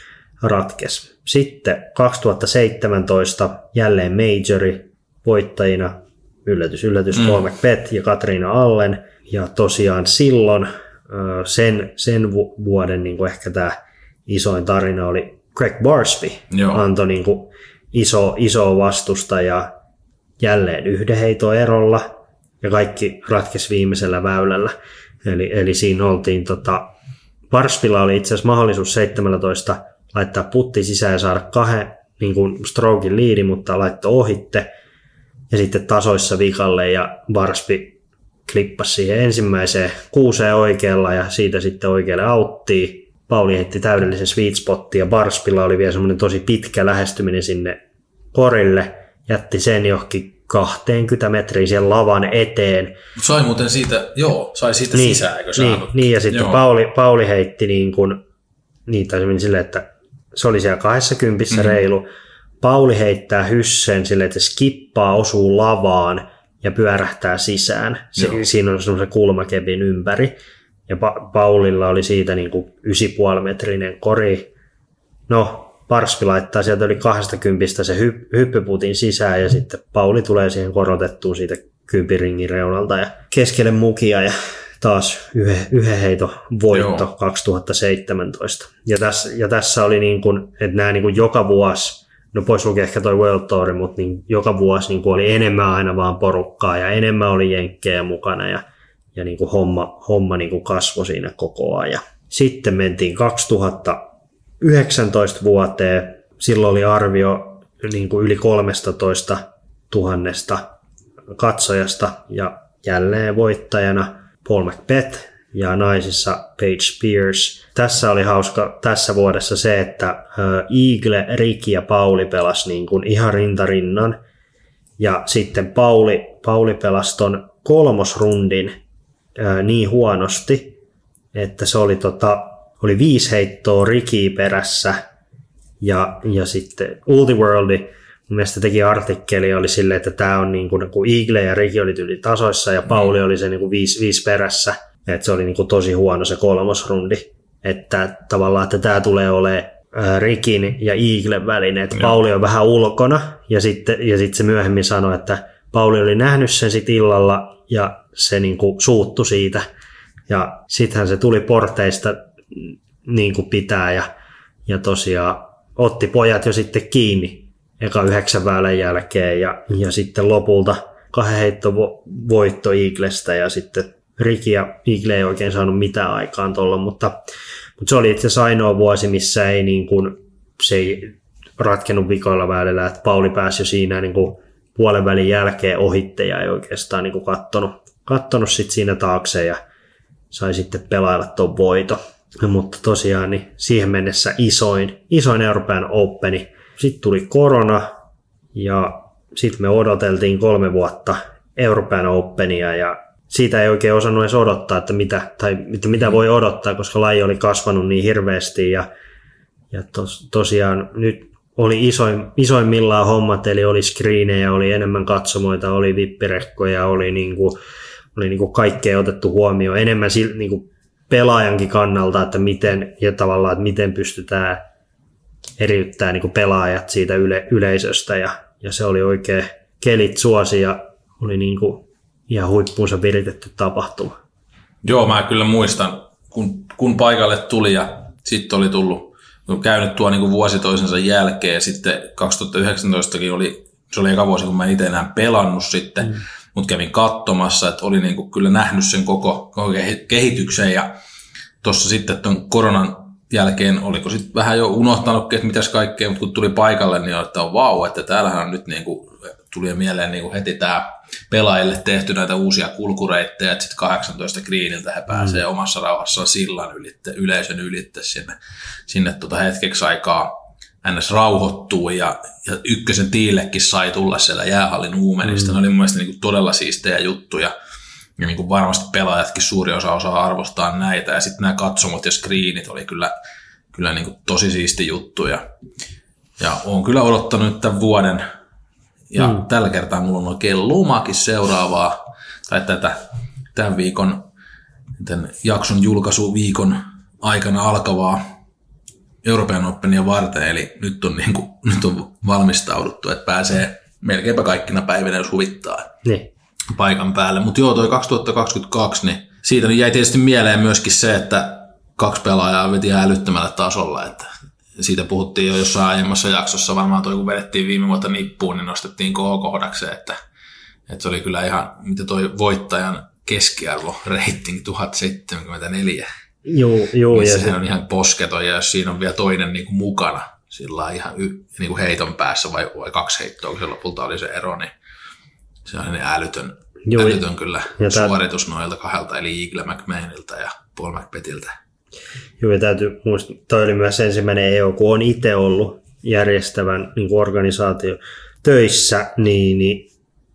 ratkes. Sitten kaksituhattaseitsemäntoista jälleen majori voittajina, yllätys, yllätys, mm. Paul McBeth ja Katriina Allen, ja tosiaan silloin sen, sen vuoden niin kuin ehkä tämä isoin tarina oli Greg Barsby, Joo. antoi niin kuin iso, iso vastusta ja jälleen yhden heiton erolla ja kaikki ratkesi viimeisellä väylällä. Eli, eli siinä oltiin, tota, Barsbylla oli itse asiassa mahdollisuus seitsemäntoista laittaa putti sisään ja saada kahden niin kuin strokein liidi, mutta laittoi ohitte ja sitten tasoissa vikalle ja Barsby klippasi siihen ensimmäiseen kuuseen oikealla ja siitä sitten oikealle auttiin. Pauli heitti täydellisen sweet spotin ja Barsbylla oli vielä semmoinen tosi pitkä lähestyminen sinne korille. Jätti sen johonkin kaksikymmentä metriä siellä lavan eteen. Sai muuten siitä, joo, sai siitä niin, sisään, eikö niin, saanut? Niin, ja sitten Pauli, Pauli heitti niin kuin, niin tai se meni silleen, että se oli siellä kaksikymmentä mm-hmm. reilu. Pauli heittää hyssen silleen, että skippaa, osuu lavaan ja pyörähtää sisään. Se, siinä on semmoisen kulmakepin ympäri. Ja pa- Paulilla oli siitä niin kuin yhdeksän pilkku viisi metrinen kori. No, Barsby laittaa sieltä yli kaksikymmentä se hy- hyppyputin sisään ja sitten Pauli tulee siihen korotettuun siitä kymppiringin reunalta ja keskelle mukia ja taas yhden, yhden heiton voitto Joo. kaksituhattaseitsemäntoista. Ja tässä, ja tässä oli niin kuin, että nämä niin kuin joka vuosi, no pois lukee ehkä toi World Tour, mutta niin joka vuosi niin kuin oli enemmän aina vaan porukkaa ja enemmän oli jenkkejä mukana ja, ja niin kuin homma, homma niin kuin kasvoi siinä koko ajan. Sitten mentiin kaksituhatta yhdeksäntoista vuoteen. Silloin oli arvio niin kuin yli kolmetoista tuhannesta katsojasta ja jälleen voittajana Paul McBeth ja naisissa Paige Pierce. Tässä oli hauska tässä vuodessa se, että Eagle, Ricky ja Pauli pelasi niin kuin ihan rintarinnan ja sitten Pauli, Pauli pelasi ton kolmosrundin ää, niin huonosti, että se oli, tota, oli viisi heittoa Ricky perässä ja, ja sitten Ultiworldi mun mielestä teki artikkeli oli silleen, että tämä on niin kuin, kun Eagle ja Ricky oli yli tasoissa ja Pauli oli se niin kuin viisi, viisi perässä, että se oli niin kuin tosi huono se kolmosrundi, että tavallaan että tämä tulee olemaan Rickin ja Eaglen välinen, että Pauli on vähän ulkona ja sitten, ja sitten se myöhemmin sanoi, että Pauli oli nähnyt sen sit illalla ja se niin kuin suuttui siitä ja sittenhän se tuli porteista niin kuin pitää ja, ja tosiaan otti pojat jo sitten kiinni eka yhdeksän väylän jälkeen ja, ja sitten lopulta kahden heitto voitto Eaglestä ja sitten Ricky ja Eagle ei oikein saanut mitään aikaan tuolla, mutta, mutta se oli itse asiassa ainoa vuosi, missä ei, niin kuin, se ei ratkennut vikoilla välillä, että Pauli pääsi jo siinä niin kuin puolen välin jälkeen ohitte ja ei oikeastaan niin kuin kattonut, kattonut sit siinä taakse ja sai sitten pelailla tuon voito. Mutta tosiaan niin siihen mennessä isoin, isoin Euroopan Openi. Sitten tuli korona ja sitten me odoteltiin kolme vuotta Euroopan Openia ja siitä ei oikein osannut edes odottaa, että mitä, tai mitä voi odottaa, koska laji oli kasvanut niin hirveästi ja, ja tos, tosiaan nyt oli isoin, isoimmillaan hommat, eli oli screenejä, oli enemmän katsomoita, oli vippirekkoja, oli, niinku, oli niinku kaikkea otettu huomioon, enemmän niinku pelaajankin kannalta, että miten, ja tavallaan, että miten pystytään eriyttämään niinku pelaajat siitä yle, yleisöstä, ja, ja se oli oikein kelit suosi, ja oli niinku ihan huippuunsa viritetty tapahtuma. Joo, mä kyllä muistan, kun, kun paikalle tuli, ja sitten oli tullut, käynyt tuo niin kuin vuosi toisensa jälkeen, ja sitten kaksituhattayhdeksäntoistakin oli, se oli eka vuosi, kun mä itse enää pelannut sitten, mm. mutta kävin katsomassa, että oli niin kuin kyllä nähnyt sen koko, koko kehityksen, ja tuossa sitten tuon koronan jälkeen, oliko sitten vähän jo unohtanutkin, että mitäs kaikkea, mutta kun tuli paikalle, niin oli, että on vau, että täällähän on nyt niin kuin, tuli mieleen niin kuin heti tämä pelaajille tehty näitä uusia kulkureittejä, että sitten kahdeksantoista greeniltä he pääsee mm. omassa rauhassaan sillan ylitte, yleisön ylitte sinne, sinne tuota hetkeksi aikaa ns. Rauhoittuu ja, ja ykkösen tiillekin sai tulla siellä jäähallin uumenista. Mm. Ne oli mun mielestä niin kuin todella siistejä juttuja ja niin kuin varmasti pelaajatkin suuri osa osaa arvostaa näitä ja sitten nämä katsomot ja screenit oli kyllä, kyllä niin kuin tosi siisti juttuja ja olen kyllä odottanut tämän vuoden. Ja mm. tällä kertaa mulla on oikein lomakin seuraavaa, tai tätä tämän viikon, tämän jakson julkaisuviikon aikana alkavaa Euroopan Openia varten, eli nyt on, niin kuin, nyt on valmistauduttu, että pääsee melkeinpä kaikkina päivinä, jos huvittaa niin paikan päälle. Mutta joo, toi kaksituhattakaksikymmentäkaksi, niin siitä niin jäi tietysti mieleen myöskin se, että kaksi pelaajaa veti ihan älyttömällä tasolla, että siitä puhuttiin jo jossain aiemmassa jaksossa, varmaan toi kun vedettiin viime vuotta nippuun, niin nostettiin kohokohdakseen, että, että se oli kyllä ihan, mitä toi voittajan keskiarvo, rating tuhat seitsemänkymmentäneljä. Joo, joo. Ja se se on ihan posketon, ja jos siinä on vielä toinen niin kuin mukana, sillä ihan y, niin kuin heiton päässä, vai, vai kaksi heittoa, kun se lopulta oli se ero, niin se on niin älytön, joo, älytön kyllä suoritus tää noilta kahdelta, eli Eagle McMahonilta ja Paul McBethiltä. Joo, ja täytyy muistaa, toi oli myös ensimmäinen E O, kun on itse ollut järjestävän niin kuin organisaatio töissä, niin, niin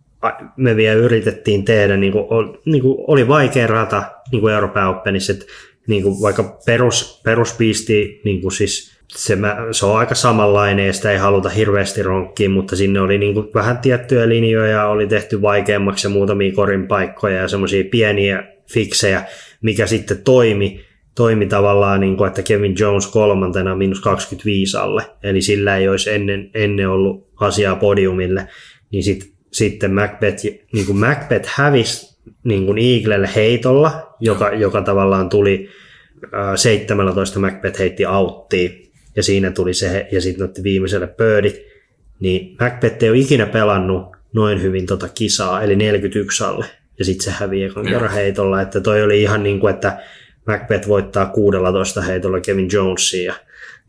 me vielä yritettiin tehdä, niin kuin, niin kuin oli vaikea rata niin kuin Euroopan Openissa, että niin kuin vaikka perus, peruspiisti, niin kuin siis se, se on aika samanlainen ja sitä ei haluta hirveästi ronkkiin, mutta sinne oli niin kuin vähän tiettyjä linjoja, oli tehty vaikeammaksi ja muutamia korin paikkoja ja semmoisia pieniä fiksejä, mikä sitten toimi. toimi tavallaan, niin kuin, että Kevin Jones kolmantena miinus kaksikymmentäviisi alle, eli sillä ei olisi ennen, ennen ollut asiaa podiumille, niin sit, sitten McBeth, niin kuin McBeth hävisi niin kuin Eaglelle heitolla, joka, joka tavallaan tuli äh, seitsemäntoista McBeth heitti auttiin, ja siinä tuli se, ja sitten otti viimeiselle birdit, niin McBeth ei ole ikinä pelannut noin hyvin tota kisaa, eli neljäkymmentäyksi alle, ja sitten se hävii ekan kerran heitolla, että toi oli ihan niin kuin, että McBeth voittaa kuusitoista heitolla Kevin Jonesia ja,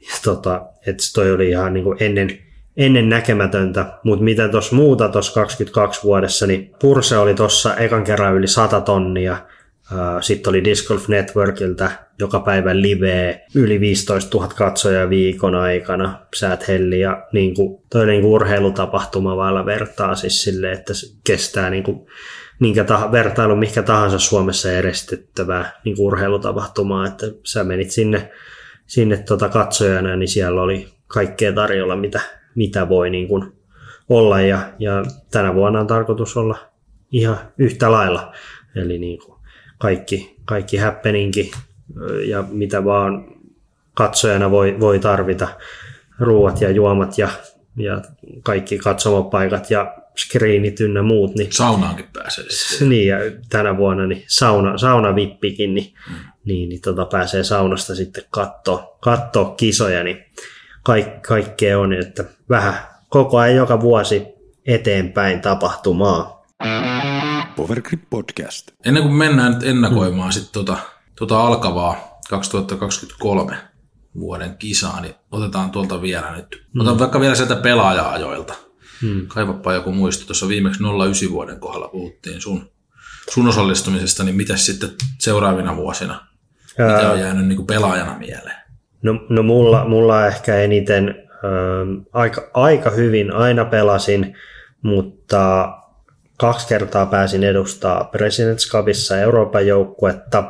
ja tota, että toi oli ihan niin kuin ennen, ennen näkemätöntä, mutta mitä tuossa muuta tuossa kaksikymmentäkaksi vuodessa, niin Purse oli tuossa ekan kerran yli sata tonnia, sitten oli Disc Golf Networkilta joka päivä live, yli viisitoistatuhatta katsojaa viikon aikana, säät helli, ja niin kuin, toi oli niin kuin urheilutapahtuma vailla vertaa siis silleen, että se kestää niin kuin, minkä tah- vertailu mikä tahansa Suomessa järjestettävää niin kuin urheilutapahtumaa, että sä menit sinne, sinne tota katsojana, niin siellä oli kaikkea tarjolla, mitä, mitä voi niin kuin olla, ja, ja tänä vuonna on tarkoitus olla ihan yhtä lailla, eli niin kuin kaikki, kaikki happeningi ja mitä vaan katsojana voi, voi tarvita, ruuat ja juomat ja, ja kaikki katsomopaikat ja screenit ynnä muut. Niin, saunaankin pääsee. Niin, ja tänä vuonna niin sauna, saunavippikin, niin, mm. niin, niin tota, pääsee saunasta sitten katsoa, katsoa kisoja, niin kaik, kaikkea on, että vähän koko ajan joka vuosi eteenpäin tapahtumaa. Powergrip Podcast. Ennen kuin mennään nyt ennakoimaan mm. sitten tota, tota alkavaa kaksituhattakaksikymmentäkolme vuoden kisaa, niin otetaan tuolta vielä nyt. Otan mm. vaikka vielä sieltä pelaaja-ajoilta. Mm. Kaivappa joku muisto. Tuossa viimeksi nolla yhdeksän vuoden kohdalla puhuttiin sun, sun osallistumisesta, niin mitäs sitten seuraavina vuosina? Ää... Mitä on jäänyt niin kuin pelaajana mieleen? No, no mulla, mulla ehkä eniten äh, aika, aika hyvin aina pelasin, mutta kaksi kertaa pääsin edustaa Presidents Cupissa Euroopan joukkuetta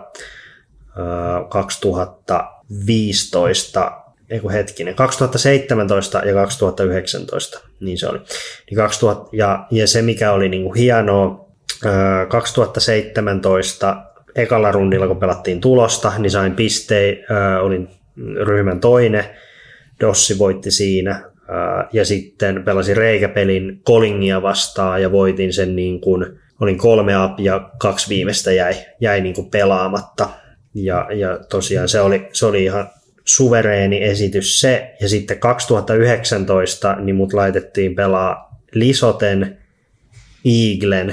kaksituhattaviisitoista, ei kun hetkinen, kaksituhattaseitsemäntoista ja kaksituhattayhdeksäntoista, niin se oli. Niin kaksituhatta, ja, ja se mikä oli niin kuin hienoa, kaksituhattaseitsemäntoista ekalla rundilla kun pelattiin tulosta, niin sain pisteen, olin ryhmän toinen, Dossi voitti siinä. Ja sitten pelasin reikäpelin Collingia vastaan ja voitin sen niin kuin, olin kolme up ja kaksi viimeistä jäi, jäi niin kuin pelaamatta. Ja, ja tosiaan se oli, se oli ihan suvereeni esitys se. Ja sitten kaksituhattayhdeksäntoista niin mut laitettiin pelaa Lisoten, Eaglen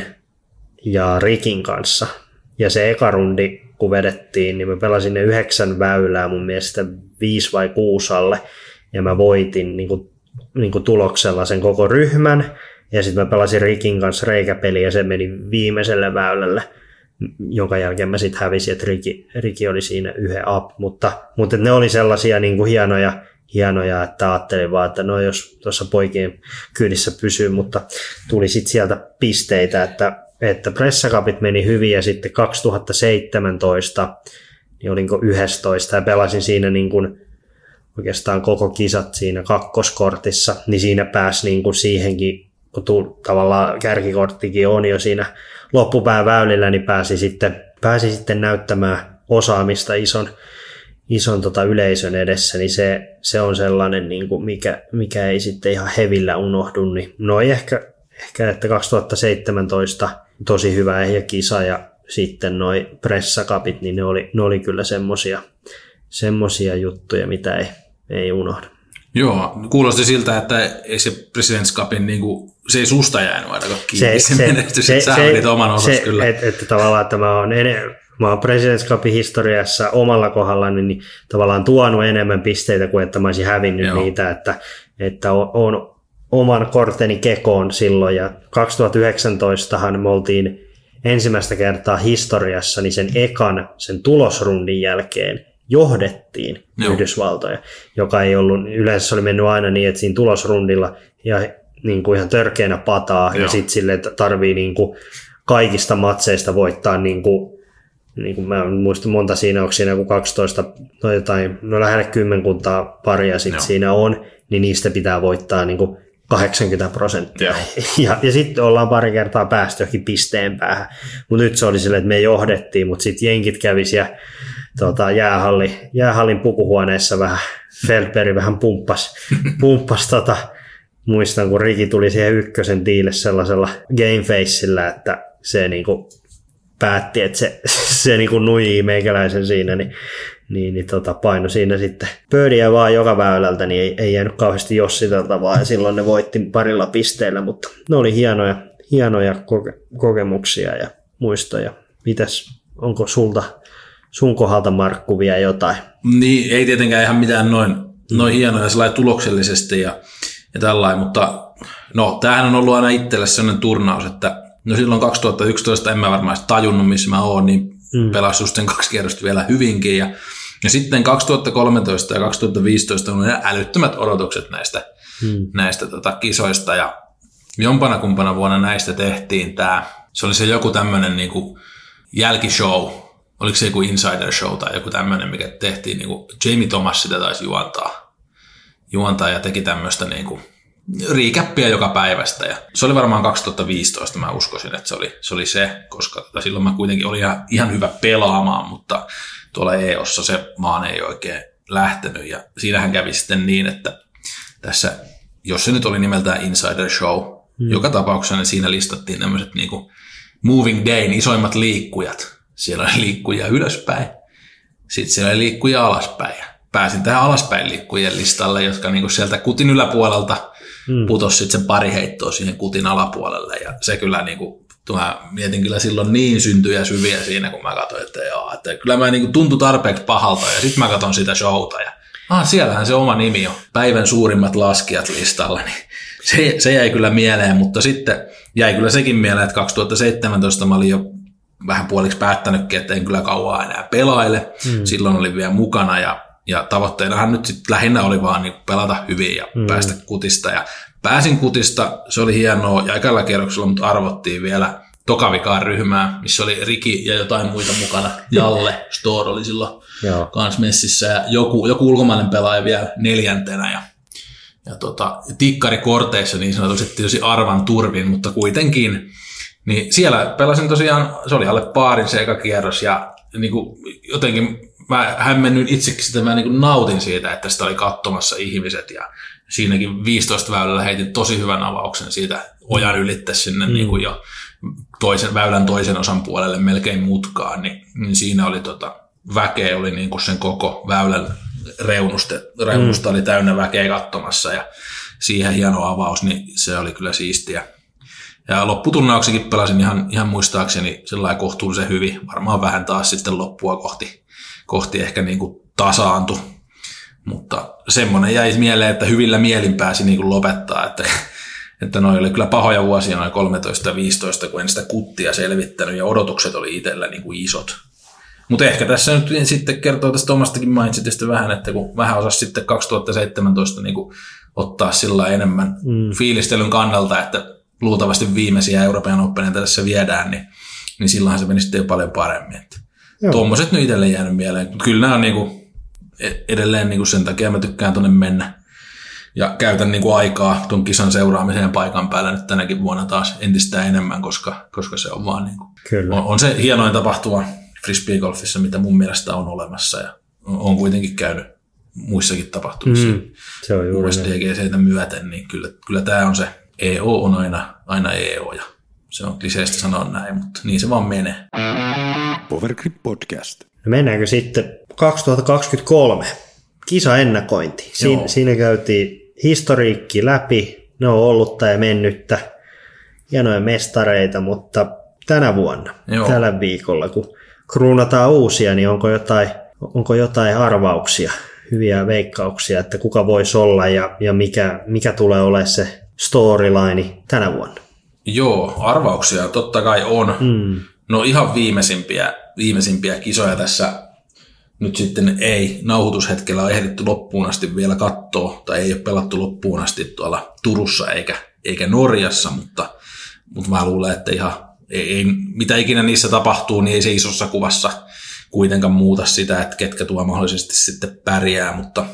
ja Rikin kanssa. Ja se eka rundi kun vedettiin, niin mä pelasin ne yhdeksän väylää mun mielestä viisi vai kuusi alle. Ja mä voitin niin kuin niin kuin tuloksella sen koko ryhmän, ja sitten mä pelasin Rikin kanssa reikäpeliä, ja se meni viimeiselle väylälle, jonka jälkeen mä sitten hävisin, että Riki, Riki oli siinä yhden up, mutta, mutta ne oli sellaisia niin kuin hienoja, hienoja, että ajattelin vaan, että no jos tuossa poikien kyydissä pysyy, mutta tuli sitten sieltä pisteitä, että, että pressakapit meni hyvin, ja sitten kaksituhattaseitsemäntoista niin olinko yksitoista, ja pelasin siinä niin kuin oikeastaan koko kisat siinä kakkoskortissa, niin siinä pääsi niin kuin siihenkin, kun tu, tavallaan kärkikorttikin on jo siinä loppupään väylillä, niin pääsi sitten, pääsi sitten näyttämään osaamista ison, ison tota yleisön edessä, niin se, se on sellainen, niin kuin mikä, mikä ei sitten ihan hevillä unohdu. Niin noi ehkä, ehkä, että kaksituhattaseitsemäntoista tosi hyvä ehjä kisa, ja sitten noi pressakapit, niin ne oli, ne oli kyllä semmosia, semmosia juttuja, mitä ei ei unohda. Joo, kuulosti siltä, että ei se Presidents Cupin, niin kuin, se ei susta jäänyt ainakaan kiinni se, se menestys, että sä menit oman osas kyllä. Että et, tavallaan, että mä oon, ene, mä oon Presidents Cupin historiassa omalla kohdallani niin tavallaan tuonut enemmän pisteitä kuin että mä olisin hävinnyt Joo. niitä, että, että on oman korteni kekoon silloin, ja kaksituhattayhdeksäntoistahan me oltiin ensimmäistä kertaa historiassa niin sen ekan, sen tulosrundin jälkeen johdettiin Joo. Yhdysvaltoja, joka ei ollut, yleensä oli mennyt aina niin, että siinä tulosrundilla ja niin kuin ihan törkeänä pataa, Joo. ja sitten silleen tarvii niin kuin kaikista matseista voittaa, niin kuin, niin kuin mä en muista monta siinä, onko siinä joku kaksitoista, no jotain, no lähelle kymmenkuntaa paria sitten siinä on, niin niistä pitää voittaa niin kuin kahdeksankymmentä prosenttia. Ja, ja sitten ollaan pari kertaa päästy johonkin pisteen päähän. Mutta nyt se oli silleen, että me johdettiin, mutta sitten jenkit kävi siellä tota, jäähalli, jäähallin pukuhuoneessa vähän, Feldberg vähän pumppas, pumppas tota, muistan kun Riki tuli siihen ykkösen tiille sellaisella gamefaceillä, että se niinku päätti, että se, se niinku nuijii meikäläisen siinä, niin, niin, niin tota, paino siinä sitten pöydiä vaan joka väylältä, niin ei, ei jäänyt kauheasti jossiteltavaa, ja silloin ne voitti parilla pisteellä, mutta ne oli hienoja, hienoja koke- kokemuksia ja muistoja. Mitäs, onko sulta sun kohdalta Markku vielä jotain? Niin, ei tietenkään ihan mitään noin noin hienoja sellainen tuloksellisesti ja, ja tällainen, mutta no tämähän on ollut aina itselle sellainen turnaus, että no silloin kaksituhattayksitoista en mä varmaan tajunnut, missä mä oon, niin mm. pelasin just sen kaksi kierrosta vielä hyvinkin ja, ja sitten kaksituhattakolmetoista ja kaksituhattaviisitoista on älyttömät odotukset näistä, mm. näistä tota, kisoista ja jompana kumpana vuonna näistä tehtiin tämä, se oli se joku tämmöinen niinku jälkishow, oliko se joku insider show tai joku tämmöinen, mikä tehtiin, niinku Jamie Thomas sitä taisi juontaa, juontaa ja teki tämmöistä niinku riikäppiä joka päivästä. Ja se oli varmaan kaksituhattaviisitoista, mä uskoisin, että se oli se, oli se koska silloin mä kuitenkin olin ihan, ihan hyvä pelaamaan, mutta tuolla E O:ssa se maan ei oikein lähtenyt. Ja siinähän kävi sitten niin, että tässä, jos se nyt oli nimeltään Insider Show, mm. joka tapauksessa niin siinä listattiin tämmöiset niinku Moving Dayn isoimmat liikkujat. Siellä oli liikkuja ylöspäin, sitten siellä oli liikkuja alaspäin. Pääsin tähän alaspäin liikkujien listalle, jotka niinku sieltä kutin yläpuolelta mm. putosi sitten sen pari heittoa siihen kutin alapuolelle. Ja se kyllä, niinku, mä mietin kyllä silloin niin syntyjä syviä siinä, kun mä katsoin, että, joo, että kyllä mä niinku tuntui tarpeeksi pahalta. Ja sitten mä katson sitä showta ja ah, siellähän se oma nimi on. Päivän suurimmat laskijat listalla. Niin se, se jäi kyllä mieleen, mutta sitten jäi kyllä sekin mieleen, että kaksituhattaseitsemäntoista mä olin jo vähän puoliksi päättänytkin, että en kyllä kauaa enää pelaile. Mm. Silloin olin vielä mukana ja Ja tavoitteenahan nyt sitten lähinnä oli vaan niin pelata hyvin ja mm. päästä kutista. Ja pääsin kutista, se oli hienoa ja ekalla kierroksella mut arvottiin vielä tokavikaan ryhmää, missä oli Riki ja jotain muita mukana. Jalle Store oli silloin kans messissä ja joku, joku ulkomainen pelaaja vielä neljäntenä. Ja, ja tota, tikkarikorteissa niin sanotusti tosi arvan turvin, mutta kuitenkin. Niin siellä pelasin tosiaan, se oli alle paarin se eka kierros ja niin kuin jotenkin mä hämmennyin itsekin sitä, mä niin nautin siitä, että sitä oli katsomassa ihmiset ja siinäkin viisitoista väylällä heitin tosi hyvän avauksen siitä ojan ylittä sinne mm. niin kuin jo toisen, väylän toisen osan puolelle melkein mutkaan, niin, niin siinä oli tota, väkeä oli niin kuin sen koko väylän reunusta, reunusta mm. oli täynnä väkeä katsomassa ja siihen hieno avaus, niin se oli kyllä siistiä. Ja lopputurnauksenkin pelasin ihan, ihan muistaakseni sellainen kohtuullisen hyvin, varmaan vähän taas sitten loppua kohti. kohti ehkä niin kuin tasaantui, mutta semmoinen jäi mieleen, että hyvillä mielin pääsi niin kuin lopettaa, että, että noi oli kyllä pahoja vuosia, noin kolmetoista ja viisitoista, kun en sitä kuttia selvittänyt ja odotukset oli itsellä niin kuin isot. Mutta ehkä tässä nyt sitten kertoo tästä omastakin mindsetistä vähän, että kun vähän osasi sitten kaksituhattaseitsemäntoista niin kuin ottaa sillä enemmän mm. fiilistelyn kannalta, että luultavasti viimeisiä Euroopan Openeita tässä viedään, niin, niin silloinhan se meni sitten jo paljon paremmin. Tuommoiset nyt itselle jäänyt mieleen. Kyllä nämä on niinku edelleen niinku sen takia mä tykkään tuonne mennä. Ja käytän niinku aikaa tuon kisan seuraamiseen paikan päällä nyt tänäkin vuonna taas entistä enemmän, koska, koska se on vaan niinku, on, on se hienoin tapahtuma frisbeegolfissa, mitä mun mielestä on olemassa. Ja on kuitenkin käynyt muissakin tapahtumissa. Mm, se on juuri D G C:tä myöten, niin kyllä, kyllä tämä on se E O on aina, aina E O. Ja se on kliseistä sanoa näin, mutta niin se vaan menee. Powergrip Podcast. No mennäänkö sitten kaksituhattakaksikymmentäkolme kisaennakointi. Siin, siinä käytiin historiikki läpi, ne on ollutta ja mennyttä, hienoja mestareita, mutta tänä vuonna, Joo. tällä viikolla, kun kruunataan uusia, niin onko jotain, onko jotain arvauksia, hyviä veikkauksia, että kuka voisi olla ja, ja mikä, mikä tulee olemaan se storyline tänä vuonna? Joo, arvauksia totta kai on. Mm. No ihan viimeisimpiä, viimeisimpiä kisoja tässä nyt sitten ei nauhoitushetkellä ole ehditty loppuun asti vielä katsoa, tai ei ole pelattu loppuun asti tuolla Turussa eikä, eikä Norjassa, mutta, mutta mä luulen, että ihan ei, ei, mitä ikinä niissä tapahtuu, niin ei se isossa kuvassa kuitenkaan muuta sitä, että ketkä tuo mahdollisesti sitten pärjää, mutta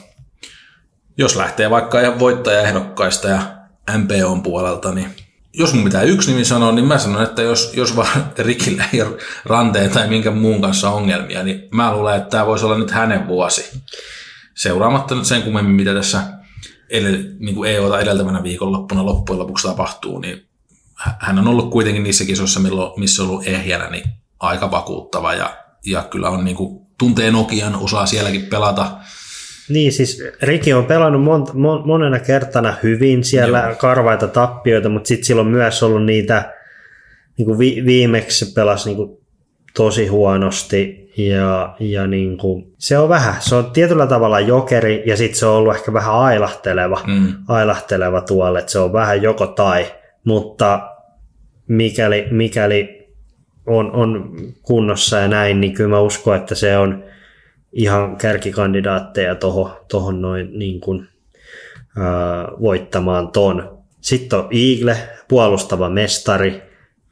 jos lähtee vaikka ihan voittajaehdokkaista ja M P O:n puolelta, niin jos mun pitää yksi nimi sanoa, niin mä sanon, että jos, jos vaan Rikillä ei Ranteen tai minkä muun kanssa ongelmia, niin mä luulen, että tämä voisi olla nyt hänen vuosi. Seuraamatta nyt sen kummemmin, mitä tässä edell, niin kuin E O:ta edeltävänä viikonloppuna loppujen lopuksi tapahtuu, niin hän on ollut kuitenkin niissä kisoissa, missä on ollut ehjänä, niin aika vakuuttava ja, ja kyllä on niin kuin, tuntee Nokian, osaa sielläkin pelata. Niin, siis Riki on pelannut mon, mon, monena kertana hyvin siellä, Joo. karvaita tappioita, mutta sitten sillä on myös ollut niitä, niin kuin vi, viimeksi se pelasi niin kuin tosi huonosti ja, ja niin kuin, se on vähän, se on tietyllä tavalla jokeri ja sitten se on ollut ehkä vähän ailahteleva, mm. ailahteleva tuolle, että se on vähän joko tai, mutta mikäli, mikäli on, on kunnossa ja näin, niin kyllä mä uskon, että se on ihan kärkikandidaatteja tohon, tohon noin niin kuin, ää, voittamaan ton. Sitten on Eagle, puolustava mestari.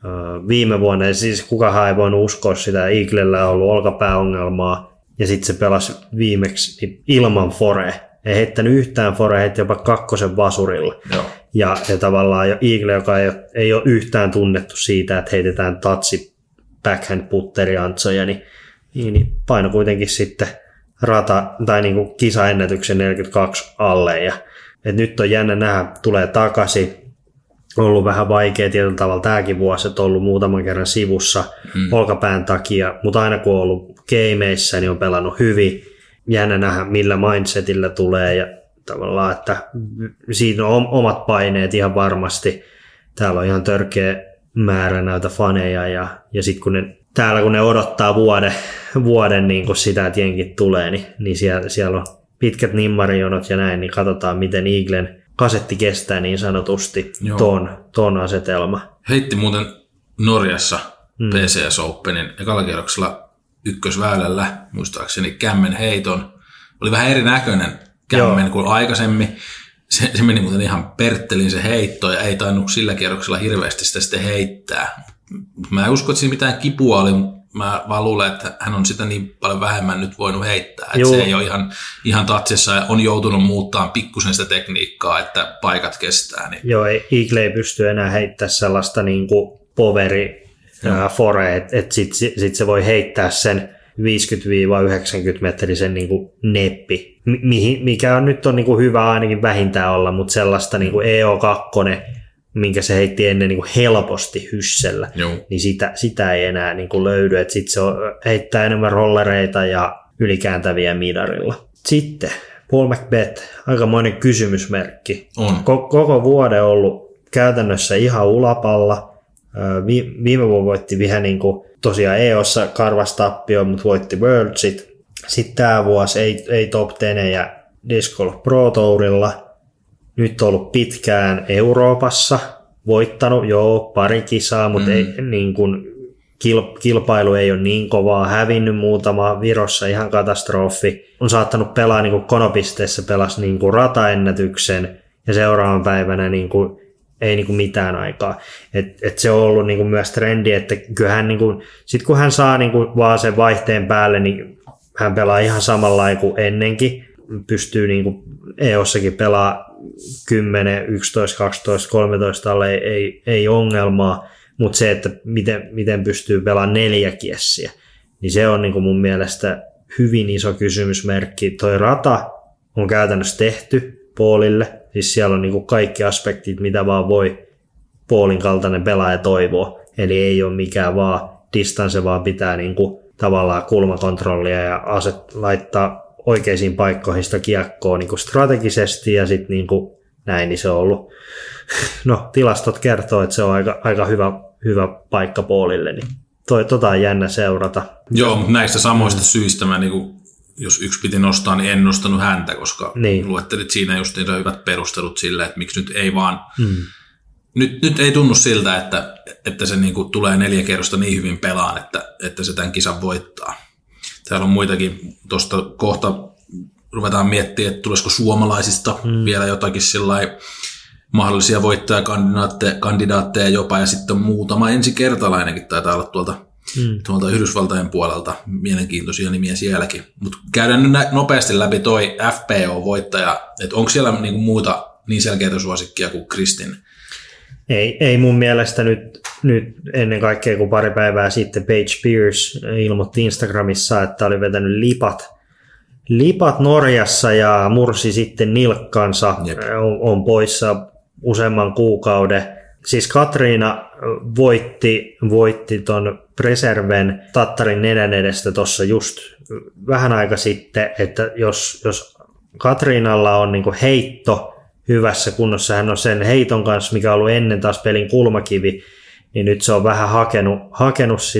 Viime vuonna, siis kukahan ei voinut uskoa sitä, Eaglellä on ollut olkapääongelmaa, ja sitten se pelasi viimeksi ilman Fore. Ei heittänyt yhtään Fore, heitti jopa kakkosen vasurilla. Joo. Ja, ja tavallaan Eagle, joka ei ole, ei ole yhtään tunnettu siitä, että heitetään touchi backhand putteri antsoja, niin, niin paino kuitenkin sitten rata, tai niin kuin kisaennätyksen neljäkymmentäkaksi alle. Ja, et nyt on jännä nähdä, tulee takaisin. On ollut vähän vaikea tietyllä tavalla tämäkin vuosi, että on ollut muutaman kerran sivussa mm. olkapään takia, mutta aina kun on ollut gameissa, niin on pelannut hyvin. Jännä nähdä, millä mindsetillä tulee ja tavallaan, että siinä on omat paineet ihan varmasti. Täällä on ihan törkeä määrä näitä faneja ja, ja sitten kun ne, täällä kun ne odottaa vuoden, vuoden niin kun sitä, että jenkit tulee, niin, niin siellä, siellä on pitkät nimmarijonot ja näin, niin katsotaan miten Eaglen kasetti kestää niin sanotusti ton, ton asetelma. Heitti muuten Norjassa mm. P C S Openin ekalla kierroksella ykkösväylällä, muistaakseni kämmen heiton. Oli vähän erinäköinen kämmen Joo. kuin aikaisemmin. Se, se meni muuten ihan perttelin se heitto ja ei tainnut sillä kierroksella hirveästi sitä sitten heittää. Mä en usko, että siinä mitään kipua oli, mä vaan luulen, että hän on sitä niin paljon vähemmän nyt voinut heittää, että Joo. se ei ole ihan, ihan tatsissa ja on joutunut muuttamaan pikkusen sitä tekniikkaa, että paikat kestää. Niin. Joo, Eagle ei pysty enää heittämään sellaista niin kuin poveri fore, että et sitten sit se voi heittää sen viisikymmentä yhdeksänkymmentä metrisen niin kuin neppi, mikä on nyt on niin kuin hyvä ainakin vähintään olla, mutta sellaista niin kuin E O kaksi, minkä se heitti ennen niin kuin helposti hyssellä, Joo. niin sitä, sitä ei enää niin kuin löydy. Sitten se on, heittää enemmän rollereita ja ylikääntäviä midarilla. Sitten Paul McBeth, aikamoinen kysymysmerkki. On. K- koko vuoden ollut käytännössä ihan ulapalla. Vi- viime vuonna voitti vähän niin kuin tosiaan E O:ssa karvastappio, mutta voitti Worldsit. Sitten tämä vuosi ei, ei top kymmenen ja Disc Golf Pro Tourilla. Nyt on ollut pitkään Euroopassa, voittanut joo pari kisaa, mutta mm. ei, niin kuin, kilpailu ei ole niin kovaa, hävinnyt muutama, Virossa ihan katastrofi. On saattanut pelaa niin kuin konopisteessä, pelasi niin kuin rataennätyksen ja seuraavan päivänä niin kuin, ei niin kuin mitään aikaa. Et, et se on ollut niin kuin myös trendi, että kyllähän niin kuin, sit kun hän saa niin kuin vaan sen vaihteen päälle, niin hän pelaa ihan samalla lailla kuin ennenkin. Pystyy niin kuin E O:ssakin pelaa kymmenen, yksitoista, kaksitoista, kolmetoista alle ei, ei, ei ongelmaa, mutta se, että miten, miten pystyy pelaamaan neljä kiessiä, niin se on niin kuin mun mielestä hyvin iso kysymysmerkki. Toi rata on käytännössä tehty Paulille, siis siellä on niin kuin kaikki aspektit, mitä vaan voi Paulin kaltainen pelaaja toivoa, eli ei ole mikään vaan distance, vaan pitää niin kuin tavallaan kulmakontrollia ja aset, laittaa oikeisiin paikkoihin sitä kiekkoa niin kuin strategisesti ja sitten niin kuin näin, niin se on ollut, no tilastot kertoo, että se on aika, aika hyvä, hyvä paikka Paulille, niin toi, tota on jännä seurata. Joo, mutta näistä samoista mm. syistä mä niin kuin, jos yksi piti nostaa, niin en nostanut häntä, koska niin. luettelit siinä just niitä hyvät perustelut sille, että miksi nyt ei vaan, mm. nyt, nyt ei tunnu siltä, että, että se niin kuin tulee neljä kerrosta niin hyvin pelaan, että, että se tämän kisan voittaa. Täällä on muitakin, tuosta kohta ruvetaan miettimään, että tulisiko suomalaisista mm. vielä jotakin sillai mahdollisia voittajakandidaatteja kandidaatteja jopa, ja sitten on muutama ensikertalainenkin taitaa olla tuolta, mm. tuolta Yhdysvaltojen puolelta, mielenkiintoisia nimiä sielläkin. Mutta käydään nyt nopeasti läpi toi F P O-voittaja, että onko siellä niinku muuta niin selkeitä suosikkia kuin Kristin? Ei, ei mun mielestä nyt, nyt ennen kaikkea kun pari päivää sitten Paige Pierce ilmoitti Instagramissa, että oli vetänyt lipat, lipat Norjassa ja mursi sitten nilkkansa, on, on poissa useamman kuukauden. Siis Katriina voitti, voitti ton Preserven Tattarin nenän edestä tuossa just vähän aika sitten, että jos, jos Katriinalla on niinku heitto hyvässä kunnossa, hän on sen heiton kanssa, mikä on ollut ennen taas pelin kulmakivi, niin nyt se on vähän hakenut, hakenut sitä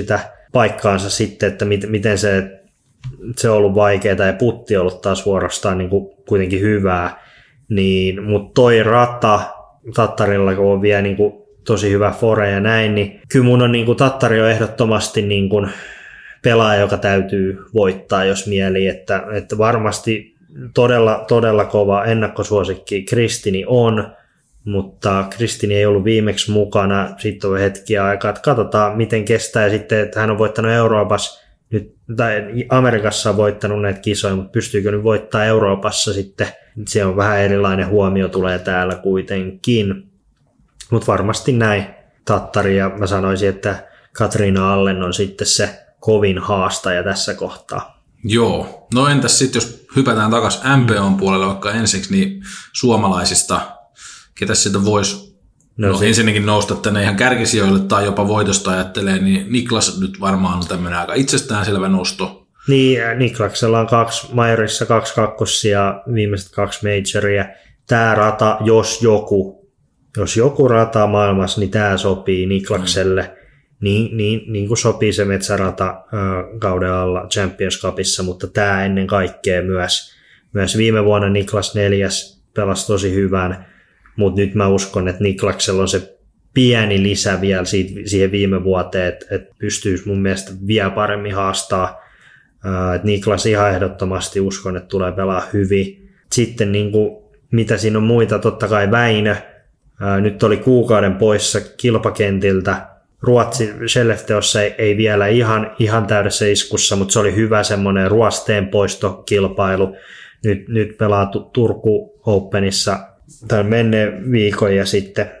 paikkaansa sitten, että mit, miten se, se on ollut vaikeaa ja putti on ollut taas vuorostaan niin kuin kuitenkin hyvää. Niin, mutta toi rata Tattarilla, kun on vielä niin kuin tosi hyvä fore ja näin, niin kyllä mun on niin kuin, Tattari on ehdottomasti niin kuin pelaaja, joka täytyy voittaa, jos mieli, että, että varmasti todella, todella kova ennakkosuosikki Kristini on, mutta Kristini ei ollut viimeksi mukana, sitten on hetkiä aikaa, että katsotaan miten kestää, ja sitten, että hän on voittanut Euroopassa, nyt, tai Amerikassa on voittanut näitä kisoja, mutta pystyykö nyt voittaa Euroopassa sitten, se on vähän erilainen huomio tulee täällä kuitenkin, mutta varmasti näin Tattari, ja mä sanoisin, että Katriina Allen on sitten se kovin haastaja tässä kohtaa. Joo, no entäs sitten jos hypätään takaisin M P O:n puolelle vaikka ensiksi, niin suomalaisista, ketä sieltä voisi no, no, ensinnäkin nousta tänne ihan kärkisijoille tai jopa voitosta ajattelee, niin Niklas nyt varmaan on tämmöinen aika itsestäänselvä nosto. Niin, Niklaksella on kaksi majorissa, kaksi kakkosia, viimeiset kaksi majoria. Tämä rata, jos joku, jos joku rata maailmassa, niin tämä sopii Niklakselle. Mm. Niin, niin, niin kuin sopii se metsärata äh, kauden alla Champions Cupissa, mutta tämä ennen kaikkea myös. Myös viime vuonna Niklas neljäs pelasi tosi hyvän, mutta nyt mä uskon, että Niklaksella on se pieni lisä vielä siitä, siihen viime vuoteen, että, että pystyisi mun mielestä vielä paremmin haastaa. Äh, että Niklas ihan ehdottomasti uskon, että tulee pelaa hyvin. Sitten niin kuin, mitä siinä on muita, totta kai Väinö. Äh, nyt oli kuukauden poissa kilpakentiltä. Ruotsi Skellefteåssa ei, ei vielä ihan, ihan täydessä iskussa, mutta se oli hyvä semmoinen ruosteen poistokilpailu. Nyt, nyt pelaa Turku Openissa tämän menneen viikon ja sitten,